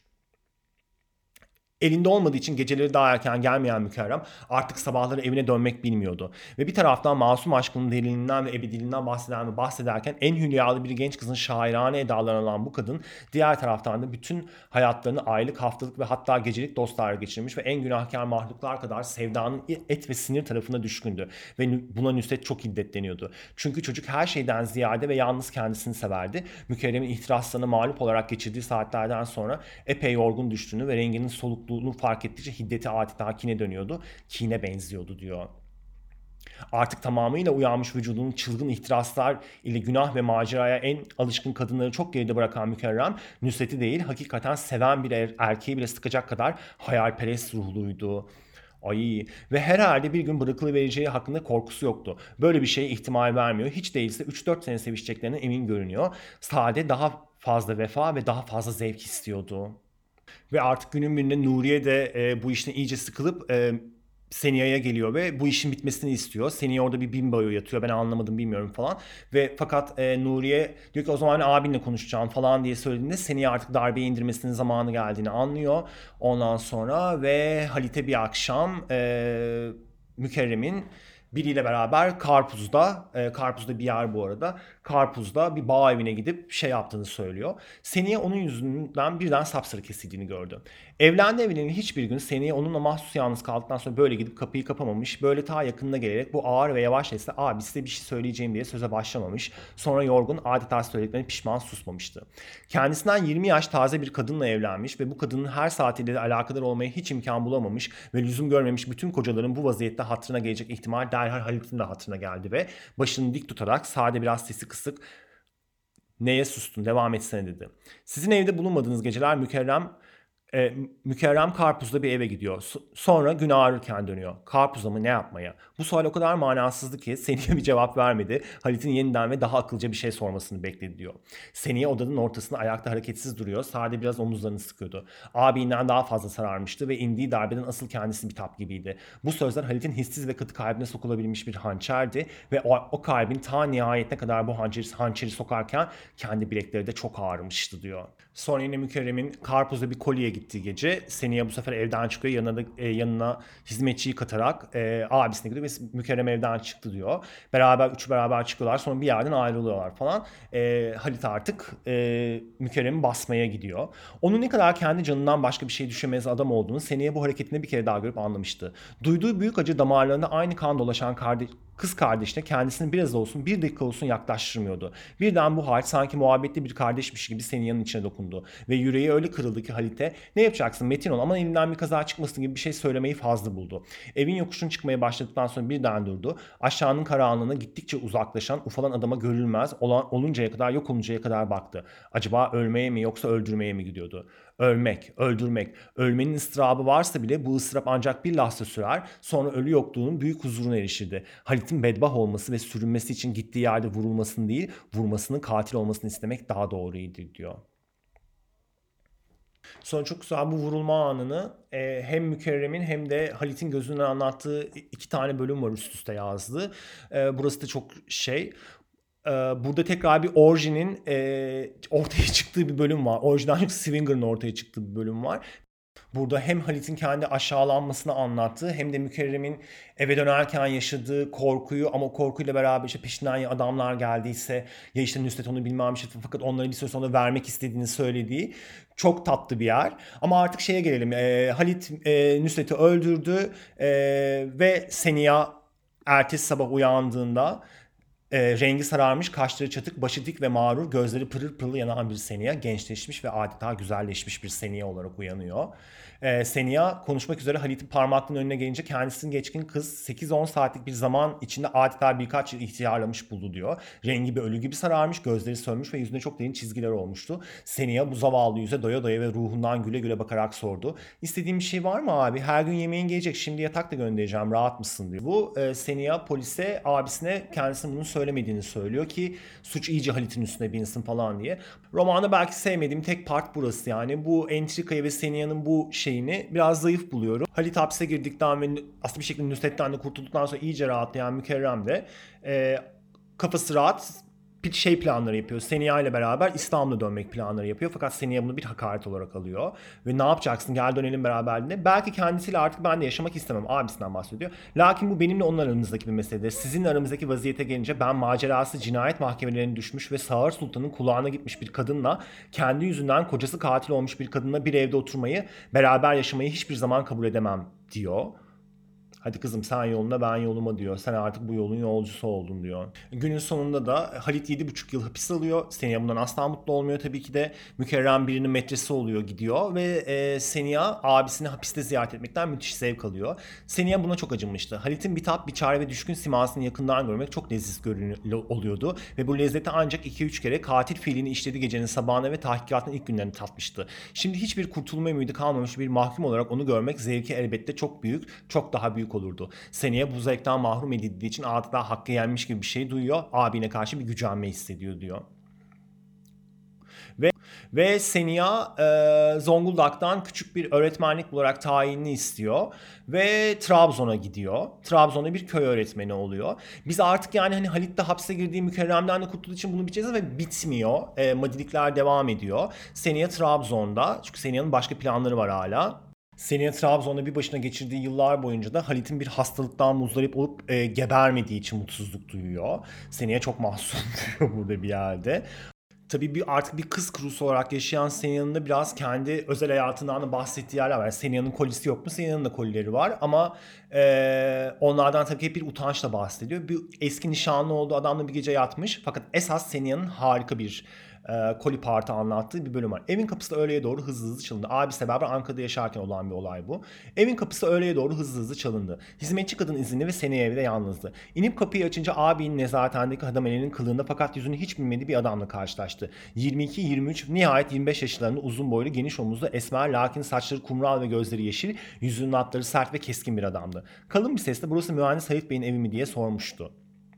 Elinde olmadığı için geceleri daha erken gelmeyen Mükerrem artık sabahları evine dönmek bilmiyordu. Ve bir taraftan masum aşkının derinliğinden ve ebediliğinden bahsederken en hülyalı bir genç kızın şairane edalarına alan bu kadın, diğer taraftan da bütün hayatlarını aylık, haftalık ve hatta gecelik dostlarla geçirmiş ve en günahkar mahluklar kadar sevdanın et ve sinir tarafına düşkündü. Ve buna Nusret çok hiddetleniyordu. Çünkü çocuk her şeyden ziyade ve yalnız kendisini severdi. Mükerrem'in ihtiraslarına mağlup olarak geçirdiği saatlerden sonra epey yorgun düştüğünü ve renginin solukluğunu fark ettikçe hiddeti adeta kine dönüyordu. Kine benziyordu diyor. Artık tamamıyla uyanmış vücudunun çılgın ihtiraslar ile günah ve maceraya en alışkın kadınları çok geride bırakan Mükerrem, Nusret'i değil hakikaten seven bir erkeği bile sıkacak kadar hayalperest ruhluydu. Ay, ve herhalde bir gün bırakılıvereceği hakkında korkusu yoktu. Böyle bir şeye ihtimal vermiyor. Hiç değilse 3-4 sene sevişeceklerine emin görünüyor. Sade daha fazla vefa ve daha fazla zevk istiyordu. Ve artık günün birinde Nuriye de bu işten iyice sıkılıp Seniya'ya geliyor ve bu işin bitmesini istiyor. Seniya orada bir bimboyo yatıyor, ben anlamadım bilmiyorum falan. Ve fakat Nuriye diyor ki o zaman abinle konuşacağım falan diye söylediğinde Seniya artık darbeyi indirmesinin zamanı geldiğini anlıyor. Ondan sonra ve Halit'e bir akşam Mükerrem'in biriyle beraber Karpuz'da bir yer bu arada. Karpuz'da bir bağ evine gidip şey yaptığını söylüyor. Seniye onun yüzünden birden sapsarı kesildiğini gördü. Evlendi evliliğinin hiçbir gün Seniye onunla mahsus yalnız kaldıktan sonra böyle gidip kapıyı kapamamış. Böyle ta yakınına gelerek bu ağır ve yavaş sesle abi size bir şey söyleyeceğim diye söze başlamamış. Sonra yorgun adeta söylediklerine pişman susmamıştı. Kendisinden 20 yaş taze bir kadınla evlenmiş ve bu kadının her saatiyle de alakadar olmaya hiç imkan bulamamış ve lüzum görmemiş bütün kocaların bu vaziyette hatırına gelecek ihtimal derhal Halit'in de hatırına geldi ve başını dik tutarak sade biraz sesi kısık neye sustun devam etsene dedi. Sizin evde bulunmadığınız geceler Mükerrem Karpuz'da bir eve gidiyor. Sonra gün ağrırken dönüyor. Karpuz'a mı ne yapmaya? Bu sual o kadar manasızdı ki Seniye bir cevap vermedi. Halit'in yeniden ve daha akılcı bir şey sormasını bekledi diyor. Seniye odanın ortasında ayakta hareketsiz duruyor. Sade biraz omuzlarını sıkıyordu. Abinden daha fazla sararmıştı ve indiği darbeden asıl kendisi bir tap gibiydi. Bu sözler Halit'in hissiz ve katı kalbine sokulabilmiş bir hançerdi ve o kalbin ta nihayetine kadar bu hançeri sokarken kendi bilekleri de çok ağrımıştı diyor. Sonra yine Mükerrem'in Karpuz'da bir kolye gittiği gece Seniye bu sefer evden çıkıyor. Yanına hizmetçiyi katarak abisine gidiyor ve Mükerrem evden çıktı diyor. Üçü beraber çıkıyorlar. Sonra bir yerden ayrılıyorlar falan. Halit artık Mükerrem'i basmaya gidiyor. Onun ne kadar kendi canından başka bir şey düşünmez adam olduğunu Seniye bu hareketinde bir kere daha görüp anlamıştı. Duyduğu büyük acı damarlarında aynı kan dolaşan kız kardeşine kendisini biraz olsun, bir dakika olsun yaklaştırmıyordu. Birden bu hal sanki muhabbetli bir kardeşmiş gibi Seniya'nın içine dokundu. Ve yüreği öyle kırıldı ki Halit'e ne yapacaksın Metin ol aman elinden bir kaza çıkmasın gibi bir şey söylemeyi fazla buldu. Evin yokuşunu çıkmaya başladıktan sonra birden durdu. Aşağının karanlığına gittikçe uzaklaşan ufalan adama görülmez oluncaya kadar yok oluncaya kadar baktı. Acaba ölmeye mi yoksa öldürmeye mi gidiyordu? Ölmek, öldürmek, ölmenin ıstırabı varsa bile bu ıstırap ancak bir lahza sürer, sonra ölü yokluğunun büyük huzuruna erişirdi. Halit'in bedbah olması ve sürünmesi için gittiği yerde vurulmasını değil, vurmasının katil olmasını istemek daha doğruydu diyor. Sonra çok güzel bu vurulma anını hem Mükerrem'in hem de Halit'in gözünden anlattığı iki tane bölüm var üst üste yazdığı. Burası da çok şey. Burada tekrar bir orijinin ortaya çıktığı bir bölüm var. Orijinal Swinger'ın ortaya çıktığı bir bölüm var. Burada hem Halit'in kendi aşağılanmasını anlattığı hem de Mükerrem'in eve dönerken yaşadığı korkuyu ama o korkuyla beraber işte peşinden ya adamlar geldiyse ya işte Nusret onu bilmem işte fakat onları bir süre sonra vermek istediğini söylediği çok tatlı bir yer. Ama artık şeye gelelim. Halit Nusret'i öldürdü ve Seniha ertesi sabah uyandığında rengi sararmış, kaşları çatık, başı dik ve mağrur, gözleri pırıl pırıl yanan bir Seniha, gençleşmiş ve adeta güzelleşmiş bir Seniha olarak uyanıyor. Seniha konuşmak üzere Halit'in parmaklarının önüne gelince kendisinin geçkin kız 8-10 saatlik bir zaman içinde adeta birkaç yıl ihtiyarlamış buldu diyor. Rengi bir ölü gibi sararmış, gözleri sönmüş ve yüzünde çok derin çizgiler olmuştu. Seniha bu zavallı yüze doya doya ve ruhundan güle güle bakarak sordu. İstediğin bir şey var mı abi? Her gün yemeğin gelecek, şimdi yatakta göndereceğim, rahat mısın diyor. Bu Seniha polise abisine kendisinin bunu söylemediğini söylüyor ki suç iyice Halit'in üstüne binsin falan diye. Romanda belki sevmediğim tek part burası yani. Bu entrikayı ve Senia'nın bu şeyini biraz zayıf buluyorum. Halit hapse girdikten ve aslında bir şekilde Nusret'ten de kurtulduktan sonra iyice rahatlayan Mükerrem de kafası rahat planları yapıyor. Seniha ile beraber İstanbul'a dönmek planları yapıyor. Fakat Seniha bunu bir hakaret olarak alıyor. Ve ne yapacaksın, gel dönelim beraberliğine. Belki kendisiyle artık ben de yaşamak istemem. Abisinden bahsediyor. Lakin bu benimle onun aramızdaki bir meseledir. Sizin aramızdaki vaziyete gelince ben macerası cinayet mahkemelerine düşmüş ve Sağır Sultan'ın kulağına gitmiş bir kadınla, kendi yüzünden kocası katil olmuş bir kadınla bir evde oturmayı, beraber yaşamayı hiçbir zaman kabul edemem diyor. Hadi kızım sen yoluna ben yoluma diyor. Sen artık bu yolun yolcusu oldun diyor. Günün sonunda da Halit 7,5 yıl hapis alıyor. Seniha bundan asla mutlu olmuyor tabii ki de. Mükerrem birinin metresi oluyor, gidiyor ve Seniha abisini hapiste ziyaret etmekten müthiş zevk alıyor. Seniha buna çok acınmıştı. Halit'in bitap, biçare ve düşkün simasını yakından görmek çok leziz oluyordu. Ve bu lezzeti ancak 2-3 kere katil fiilini işlediği gecenin sabahına ve tahkikatın ilk günlerini tatmıştı. Şimdi hiçbir kurtulma ümidi kalmamış bir mahkum olarak onu görmek zevki elbette çok büyük, çok daha büyük olurdu. Seniha bu zevkten mahrum edildiği için adeta hakkı yenmiş gibi bir şey duyuyor. Abine karşı bir gücenme hissediyor diyor. Ve Seniha Zonguldak'tan küçük bir öğretmenlik bularak tayinini istiyor. Ve Trabzon'a gidiyor. Trabzon'da bir köy öğretmeni oluyor. Biz artık yani hani Halit'te hapse girdiği Mükerrem'den de kurtulduğu için bunu bileceğiz ve bitmiyor. Madilikler devam ediyor. Seniha Trabzon'da. Çünkü Seniha'nın başka planları var hala. Seniha Trabzon'da bir başına geçirdiği yıllar boyunca da Halit'in bir hastalıktan muzdarip olup gebermediği için mutsuzluk duyuyor. Seniha çok mahzun diyor burada bir yerde. Tabii artık bir kız kurusu olarak yaşayan Seniha'nın da biraz kendi özel hayatından da bahsettiği yerler var. Seniha'nın kolisi yok mu? Seniha'nın da kolileri var ama onlardan tabii hep bir utançla bahsediyor. Bir eski nişanlı olduğu adamla bir gece yatmış fakat esas Seniha'nın harika bir koli parti anlattığı bir bölüm var. Evin kapısı da öğleye doğru hızlı hızlı çalındı. Abisiyle beraber Ankara'da yaşarken olan bir olay bu. Evin kapısı öğleye doğru hızlı hızlı çalındı. Hizmetçi kadın izinli ve Seniha evde yalnızdı. İnip kapıyı açınca abinin nezarethanedeki hademelerin kılığında fakat yüzünü hiç bilmediği bir adamla karşılaştı. 22-23, nihayet 25 yaşlarında, uzun boylu, geniş omuzlu, esmer, lakin saçları kumral ve gözleri yeşil, yüzünün hatları sert ve keskin bir adamdı. Kalın bir sesle burası mühendis Halit Bey'in evi mi diye sormuştu.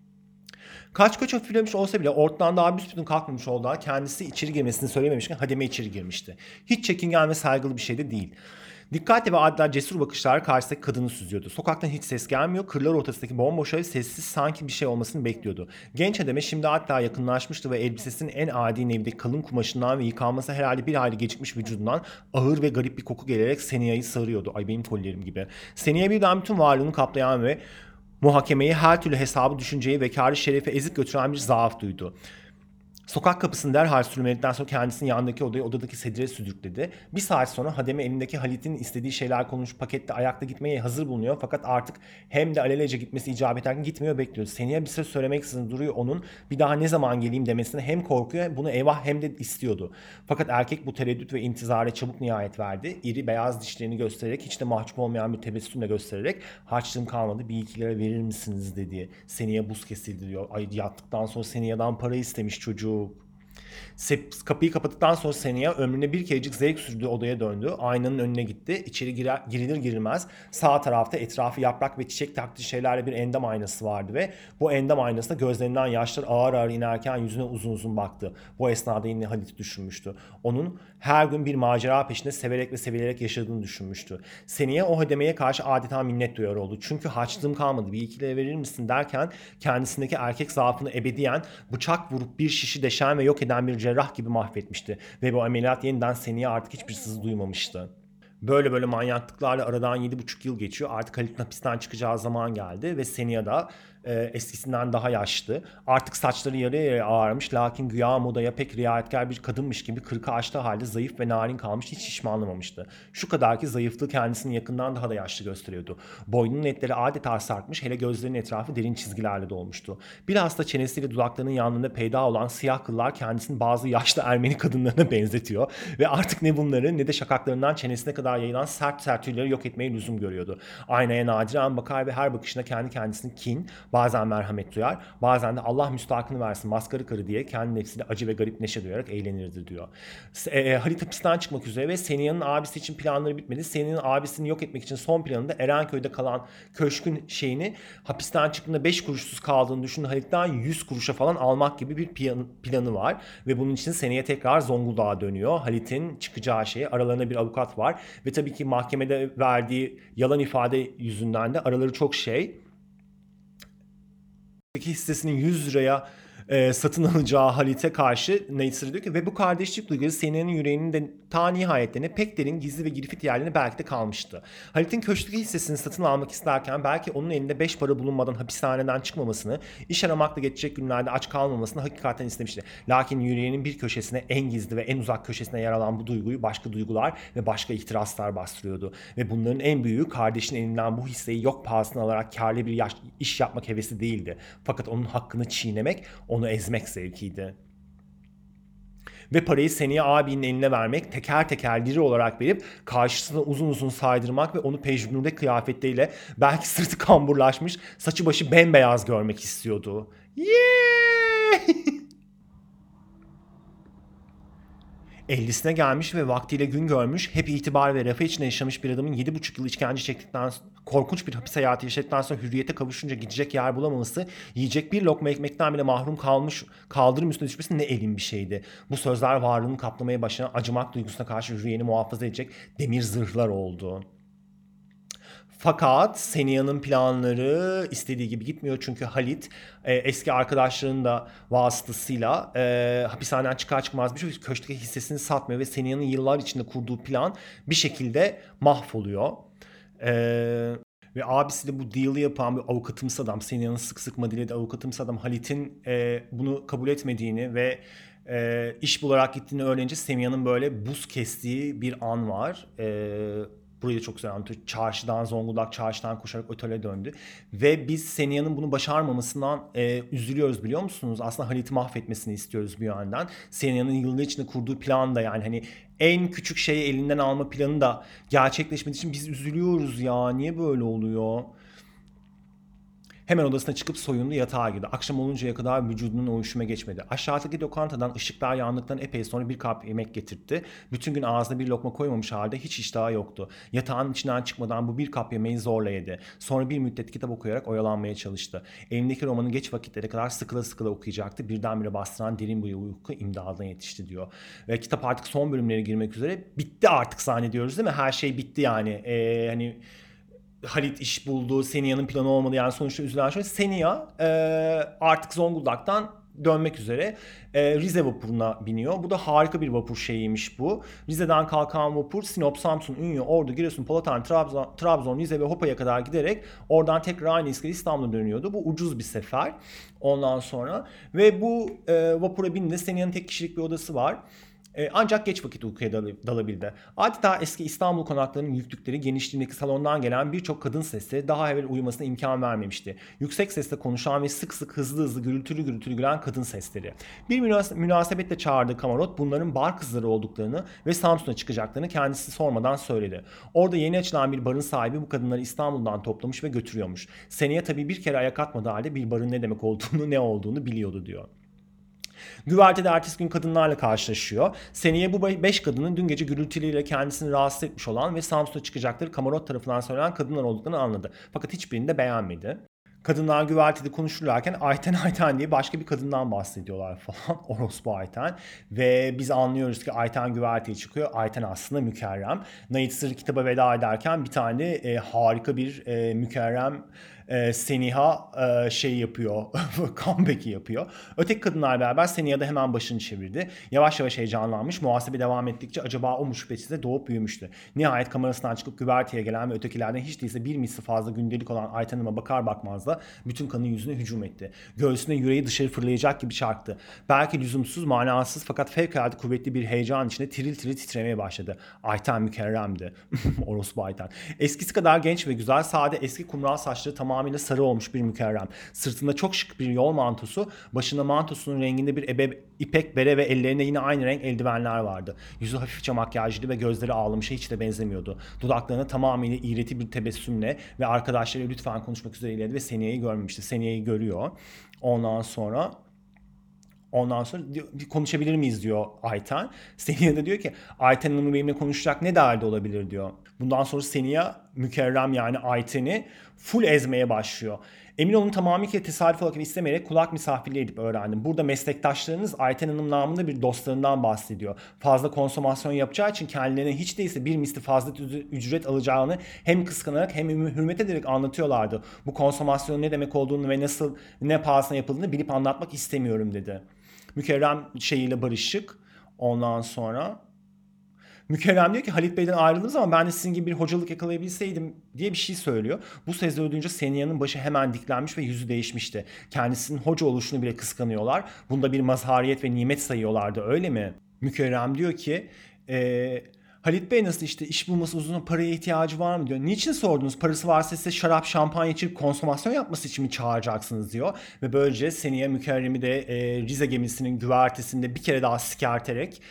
Kaç hafiflemiş olsa bile ortadan daha büsbütün kalkmamış olduğu kendisi içeri girmesini söylememişken hademe içeri girmişti. Hiç çekingen ve saygılı bir şey de değil. Dikkatli ve adeta cesur bakışlar karşısındaki kadını süzüyordu. Sokaktan hiç ses gelmiyor. Kırlar ortasındaki bomboş ev sessiz, sanki bir şey olmasını bekliyordu. Genç hademe şimdi hatta yakınlaşmıştı ve elbisesinin en adi nevdeki kalın kumaşından ve yıkanması herhalde bir hayli gecikmiş vücudundan ağır ve garip bir koku gelerek Seniha'yı sarıyordu. Ay benim kollerim gibi. Seniha birden bütün varlığını kaplayan ve muhakemeyi, her türlü hesabı, düşünceyi ve kârı şerefe ezip götüren bir zaaf duydu. Sokak kapısını derhal sürmeledikten sonra kendisini yandaki odaya, odadaki sedire sürükledi. Bir saat sonra hademe elindeki Halit'in istediği şeyler konuşup pakette ayakta gitmeye hazır bulunuyor. Fakat artık hem de alelacele gitmesi icap ederken gitmiyor, bekliyor. Seniha bir söz söylemeksizin duruyor, onun bir daha ne zaman geleyim demesine hem korkuyor, bunu eyvah hem de istiyordu. Fakat erkek bu tereddüt ve intizara çabuk nihayet verdi. İri beyaz dişlerini göstererek, hiç de mahcup olmayan bir tebessümle göstererek, harçlığım kalmadı, bir iki lira verir misiniz dedi. Seniha buz kesildi diyor. Ay yattıktan sonra Seniha'dan para istemiş çocuğu. Kapıyı kapattıktan sonra Seniha ömrüne bir kerecik zevk sürdüğü odaya döndü. Aynanın önüne gitti. İçeri girilir girmez sağ tarafta etrafı yaprak ve çiçek taktığı şeylerle bir endam aynası vardı ve bu endam aynasında gözlerinden yaşlar ağır ağır inerken yüzüne uzun uzun baktı. Bu esnada yine Halit'i düşünmüştü. Onun her gün bir macera peşinde severek ve sevilerek yaşadığını düşünmüştü. Seniha o hademeye karşı adeta minnet duyar oldu. Çünkü harçlığım kalmadı, bir iki lira verir misin derken kendisindeki erkek zaafını ebediyen bıçak vurup bir şişi deşen ve yok eden bir cerrah gibi mahvetmişti. Ve bu ameliyat yeniden Seniha artık hiçbir sızı duymamıştı. Böyle manyaklıklarla aradan 7,5 yıl geçiyor. Artık Halit'in hapisten çıkacağı zaman geldi ve Seniha da eskisinden daha yaşlı. Artık saçları yarıya yarıya ağarmış, lakin güya modaya pek riayetkar bir kadınmış gibi 40'ı aştığı halde zayıf ve narin kalmış, hiç şişmanlamamıştı. Şu kadar ki zayıflığı kendisini yakından daha da yaşlı gösteriyordu. Boynunun etleri adeta sarkmış, hele gözlerinin etrafı derin çizgilerle dolmuştu. Bilhassa çenesiyle dudaklarının yanında peyda olan siyah kıllar kendisini bazı yaşlı Ermeni kadınlarına benzetiyor ve artık ne bunları ne de şakaklarından çenesine kadar yayılan sert tüyleri yok etmeye lüzum görüyordu. Aynaya nadiren bakar ve her bakışında kendi kendisini kin, Bazen merhamet duyar, bazen de Allah müstahakını versin maskara karı diye kendi nefsiyle acı ve garip neşe duyarak eğlenirdi diyor. Halit hapisten çıkmak üzere ve Seniya'nın abisi için planları bitmedi. Seniya'nın abisini yok etmek için son planında Erenköy'de kalan köşkün şeyini hapisten çıktığında 5 kuruşsuz kaldığını düşündüğü Halit'ten 100 kuruşa falan almak gibi bir planı var. Ve bunun için Seniye tekrar Zonguldak'a dönüyor. Halit'in çıkacağı şey, aralarında bir avukat var. Ve tabii ki mahkemede verdiği yalan ifade yüzünden de araları çok şey. Hissesinin 100 liraya satın alacağı Halit'e karşı Nature diyor ki ve bu kardeşlik duygusu Sena'nın yüreğinin de ta nihayetlerine pek derin gizli ve girifit yerlerine belki de kalmıştı. Halit'in köşkteki hissesini satın almak isterken belki onun elinde 5 para bulunmadan hapishaneden çıkmamasını, iş aramakla geçecek günlerde aç kalmamasını hakikaten istemişti. Lakin yüreğinin bir köşesine, en gizli ve en uzak köşesine yer alan bu duyguyu başka duygular ve başka ihtiraslar bastırıyordu. Ve bunların en büyüğü kardeşin elinden bu hisseyi yok pahasına alarak karlı bir iş yapmak hevesi değildi. Fakat onun hakkını çiğnemek, onu ezmek zevkiydi. Ve parayı Seniye abinin eline vermek, teker teker lira olarak verip karşısına uzun uzun saydırmak ve onu pejmürde kıyafetleriyle belki sırtı kamburlaşmış, saçı başı bembeyaz görmek istiyordu. Yeah! 50'sine gelmiş ve vaktiyle gün görmüş, hep itibar ve refah içinde yaşamış bir adamın 7,5 yıl işkence çektikten, korkunç bir hapis hayatı yaşadıktan sonra hürriyete kavuşunca gidecek yer bulamaması, yiyecek bir lokma ekmekten bile mahrum kalmış, kaldırım üstüne düşmesi ne elin bir şeydi. Bu sözler varlığını kaplamaya başlayan acımak duygusuna karşı hürriyeni muhafaza edecek demir zırhlar oldu. Fakat Seniya'nın planları istediği gibi gitmiyor çünkü Halit eski arkadaşlarının da vasıtasıyla hapishaneden çıkar çıkmaz bir şey köşkteki hissesini satmıyor ve Seniya'nın yıllar içinde kurduğu plan bir şekilde mahvoluyor. E, Ve abisiyle bu deal'ı yapan bir avukatımsı adam, Seniya'nın sık sık madilede avukatımsı adam Halit'in bunu kabul etmediğini ve iş bularak gittiğini öğrenince Seniya'nın böyle buz kestiği bir an var. Burayı da çok güzel anlatıyor. Çarşıdan Zonguldak, çarşıdan koşarak otele döndü. Ve biz Seniya'nın bunu başarmamasından üzülüyoruz biliyor musunuz? Aslında Halit'i mahvetmesini istiyoruz bir yandan. Seniya'nın yıllar içinde kurduğu plan da yani hani en küçük şeyi elinden alma planı da gerçekleşmediği için biz üzülüyoruz ya. Niye böyle oluyor? Hemen odasına çıkıp soyundu yatağa girdi. Akşam oluncaya kadar vücudunun o üşüme geçmedi. Aşağıdaki lokantadan ışıklar yandıktan epey sonra bir kap yemek getirtti. Bütün gün ağzına bir lokma koymamış halde hiç iştahı yoktu. Yatağın içinden çıkmadan bu bir kap yemeği zorla yedi. Sonra bir müddet kitap okuyarak oyalanmaya çalıştı. Elindeki romanı geç vakitlere kadar sıkıla sıkıla okuyacaktı. Birdenbire bastıran derin bir uyku imdadına yetişti diyor. Ve kitap artık son bölümlere girmek üzere. Bitti artık zannediyoruz değil mi? Her şey bitti yani. Hani Halit iş buldu, Seniya'nın planı olmadı yani sonuçta üzülen şey. Seniya artık Zonguldak'tan dönmek üzere Rize vapuruna biniyor. Bu da harika bir vapur şeyiymiş bu. Rize'den kalkan vapur Sinop, Samsun, Ünye, Ordu, Giresun, Polathan, Trabzon, Rize ve Hopa'ya kadar giderek oradan tekrar aynı iskele İstanbul'a dönüyordu. Bu ucuz bir sefer ondan sonra. Ve bu vapura bindi. Seniya'nın tek kişilik bir odası var. Ancak geç vakit uykuya dalabildi. Adeta eski İstanbul konaklarının yüklükleri genişliğindeki salondan gelen birçok kadın sesi daha evvel uyumasına imkan vermemişti. Yüksek sesle konuşan ve sık sık hızlı hızlı gürültülü gürültülü gülen kadın sesleri. Bir münasebetle çağırdığı kamarot bunların bar kızları olduklarını ve Samsun'a çıkacaklarını kendisi sormadan söyledi. Orada yeni açılan bir barın sahibi bu kadınları İstanbul'dan toplamış ve götürüyormuş. Seneye tabii bir kere ayak atmadığı halde bir barın ne demek olduğunu ne olduğunu biliyordu diyor. Güvertede ertesi gün kadınlarla karşılaşıyor. Seneye bu 5 kadının dün gece gürültüleriyle kendisini rahatsız etmiş olan ve Samsun'a çıkacakları kamarot tarafından söylenen kadınlar olduklarını anladı. Fakat hiçbirini de beğenmedi. Kadınlar güvertede konuşurlarken Ayten diye başka bir kadından bahsediyorlar falan. Orospu Ayten. Ve biz anlıyoruz ki Ayten güverteye çıkıyor. Ayten aslında Mükerrem. Nait Sır kitaba veda ederken bir tane harika bir Mükerrem Seniha şey yapıyor. Comeback'i yapıyor. Öteki kadınlar beraber Seniha da hemen başını çevirdi. Yavaş yavaş heyecanlanmış. Muhasebe devam ettikçe acaba o mu şüphesiz de doğup büyümüştü. Nihayet kamerasından çıkıp güverteye gelen ve ötekilerden hiç değilse bir misli fazla gündelik olan Ayten Hanım'a bakar bakmaz da bütün kanın yüzüne hücum etti. Göğsüne yüreği dışarı fırlayacak gibi çarptı. Belki lüzumsuz, manasız fakat fevkalade kuvvetli bir heyecan içinde tiril tiril titremeye başladı. Ayten Mükerrem'di. Orospu Ayten. Eskisi kadar genç ve güzel, sade eski kumral saçları tamamen tamamıyla sarı olmuş bir Mükerrem. Sırtında çok şık bir yol mantosu, başında mantosunun renginde bir ipek bere ve ellerinde yine aynı renk eldivenler vardı. Yüzü hafifçe makyajlı ve gözleri ağlamışa hiç de benzemiyordu. Dudaklarına tamamıyla iğreti bir tebessümle ve arkadaşları lütfen konuşmak üzere ilerledi ve Seniya'yı görmemişti. Seniya'yı görüyor. Ondan sonra konuşabilir miyiz diyor Ayten. Seniha da diyor ki Ayten Hanım'ın benimle konuşacak ne derdi olabilir diyor. Bundan sonra Seniha Mükerrem yani Ayten'i full ezmeye başlıyor. Emin olun tamamıyla tesadüf olarak istemeyerek kulak misafirliği edip öğrendim. Burada meslektaşlarınız Ayten Hanım namında bir dostlarından bahsediyor. Fazla konsomasyon yapacağı için kendilerine hiç değilse bir misli fazla ücret alacağını hem kıskanarak hem hürmet ederek anlatıyorlardı. Bu konsomasyonun ne demek olduğunu ve nasıl ne pahasına yapıldığını bilip anlatmak istemiyorum dedi. Mükerrem şeyiyle barışık. Ondan sonra Mükerrem diyor ki Halit Bey'den ayrıldınız ama ben de sizin gibi bir hocalık yakalayabilseydim diye bir şey söylüyor. Bu sözleri duyunca Seniya'nın başı hemen diklenmiş ve yüzü değişmişti. Kendisinin hoca oluşunu bile kıskanıyorlar. Bunda bir mazhariyet ve nimet sayıyorlardı öyle mi? Mükerrem diyor ki Halit Bey nasıl işte iş bulması uzun paraya ihtiyacı var mı diyor. Niçin sordunuz? Parası varsa size şarap şampanya içip konsomasyon yapması için mi çağıracaksınız diyor. Ve böylece Seniye Mükerrem'i de Rize gemisinin güvertesinde bir kere daha sikerterek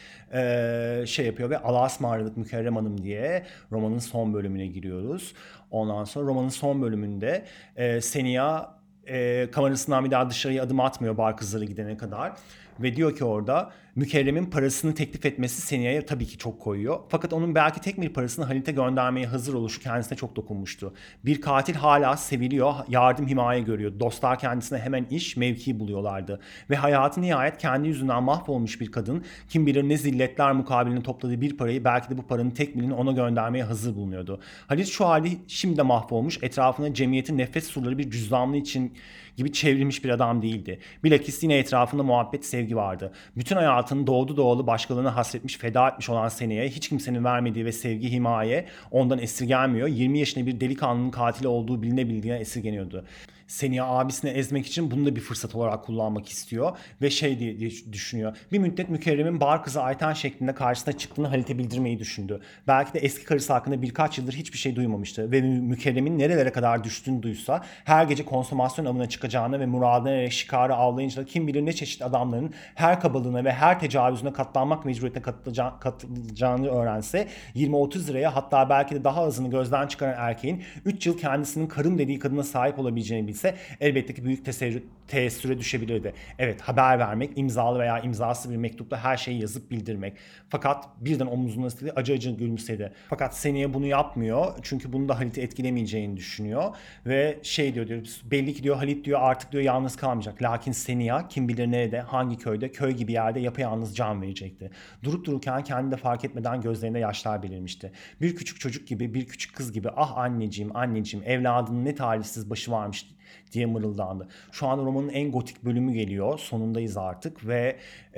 şey yapıyor ve Allah'a ısmarladık Mükerrem Hanım diye romanın son bölümüne giriyoruz. Ondan sonra romanın son bölümünde Seniye kamerasından bir daha dışarıya adım atmıyor bar kızları gidene kadar. Ve diyor ki orada Mükerrem'in parasını teklif etmesi Seniya'ya tabii ki çok koyuyor. Fakat onun belki tek bir parasını Halit'e göndermeye hazır oluşu kendisine çok dokunmuştu. Bir katil hala seviliyor, yardım himaye görüyor. Dostlar kendisine hemen iş, mevki buluyorlardı. Ve hayatı nihayet kendi yüzünden mahvolmuş bir kadın, kim bilir ne zilletler mukabilinde topladığı bir parayı belki de bu paranın tek milini ona göndermeye hazır bulunuyordu. Halit şu hali şimdi de mahvolmuş, etrafına cemiyetin nefret surları bir cüzdanlı için gibi çevrilmiş bir adam değildi. Bilakis yine etrafında muhabbet, sevgi vardı. Bütün hayatını doğdu doğalı başkalarına hasretmiş, feda etmiş olan Seneye hiç kimsenin vermediği ve sevgi, himaye ondan esirgenmiyor. 20 yaşında bir delikanlının katili olduğu bilinebildiğine esirgeniyordu. Seneye abisini ezmek için bunu da bir fırsat olarak kullanmak istiyor ve şey diye düşünüyor. Bir müddet Mükerrem'in bar kızı Ayten şeklinde karşısına çıktığını Halit'e bildirmeyi düşündü. Belki de eski karısı hakkında birkaç yıldır hiçbir şey duymamıştı ve Mükerrem'in nerelere kadar düştüğünü duysa her gece konsomasyon avına çıkacağını ve muradına ererek şikarı avlayınca da kim bilir ne çeşit adamların her kabalığına ve her tecavüzüne katlanmak mecburiyetine katılacağını öğrense 20-30 liraya hatta belki de daha azını gözden çıkaran erkeğin 3 yıl kendisinin karım dediği kadına sahip olabileceğini bilse elbette ki büyük teessüre düşebilirdi. Evet, haber vermek, imzalı veya imzasız bir mektupla her şeyi yazıp bildirmek. Fakat birden omuzuna istedi, acı acı gülümsedi. Fakat Seniye bunu yapmıyor çünkü bunu da Halit'i etkilemeyeceğini düşünüyor ve şey diyor belli ki diyor Halit diyor artık diyor yalnız kalmayacak. Lakin Seniye kim bilir nerede, hangi köyde, köy gibi yerde yapayalnız can verecekti. Durup dururken kendi de fark etmeden gözlerinde yaşlar belirmişti. Bir küçük çocuk gibi, bir küçük kız gibi ah anneciğim, anneciğim evladının ne talihsiz başı varmış diye mırıldandı. Şu an romanın en gotik bölümü geliyor. Sonundayız artık ve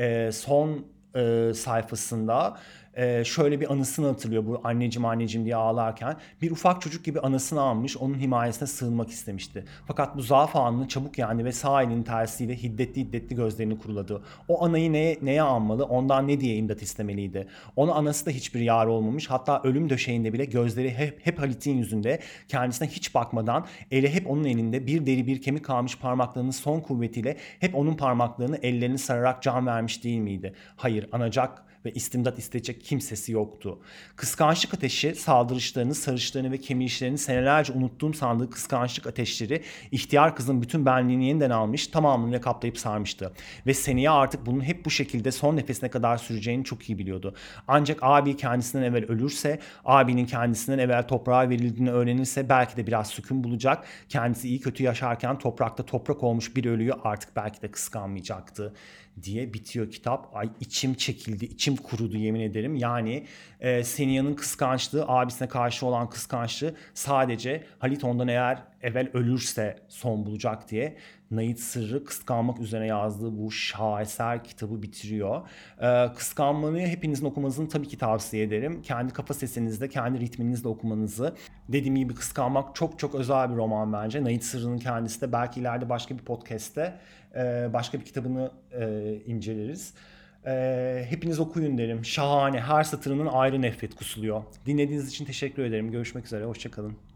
son sayfasında şöyle bir anısını hatırlıyor bu anneciğim anneciğim diye ağlarken. Bir ufak çocuk gibi anasını almış onun himayesine sığınmak istemişti. Fakat bu zaaf anını çabuk yendi ve sağ elinin tersiyle hiddetli gözlerini kuruladı. O anayı neye anmalı, ondan ne diye imdat istemeliydi. Ona anası da hiçbir yar olmamış, hatta ölüm döşeğinde bile gözleri hep Halit'in yüzünde, kendisine hiç bakmadan eli hep onun elinde, bir deri bir kemik kalmış parmaklarının son kuvvetiyle hep onun parmaklarını ellerini sararak can vermiş değil miydi? Hayır, anacak ve istimdat isteyecek kimsesi yoktu. Kıskançlık ateşi, saldırışlarını, sarışlarını ve kemirişlerini senelerce unuttuğum sandığı kıskançlık ateşleri ihtiyar kızın bütün benliğini yeniden almış, tamamını kaplayıp sarmıştı. Ve Seniye artık bunun hep bu şekilde son nefesine kadar süreceğini çok iyi biliyordu. Ancak abi kendisinden evvel ölürse, abinin kendisinden evvel toprağa verildiğini öğrenirse belki de biraz sükun bulacak. Kendisi iyi kötü yaşarken toprakta toprak olmuş bir ölüyü artık belki de kıskanmayacaktı diye bitiyor kitap. Ay içim çekildi, içim kurudu yemin ederim. Yani Seniya'nın kıskançlığı, abisine karşı olan kıskançlığı sadece Halit ondan eğer evvel ölürse son bulacak diye Nait Sırrı kıskanmak üzerine yazdığı bu şaheser kitabı bitiriyor. Kıskanmayı hepinizin okumanızı tabii ki tavsiye ederim. Kendi kafa sesinizde, kendi ritminizle okumanızı. Dediğim gibi kıskanmak çok çok özel bir roman bence. Nait Sırrı'nın kendisi de belki ileride başka bir podcast'te başka bir kitabını inceleriz. Hepiniz okuyun derim. Şahane. Her satırının ayrı nefret kusuluyor. Dinlediğiniz için teşekkür ederim. Görüşmek üzere. Hoşça kalın.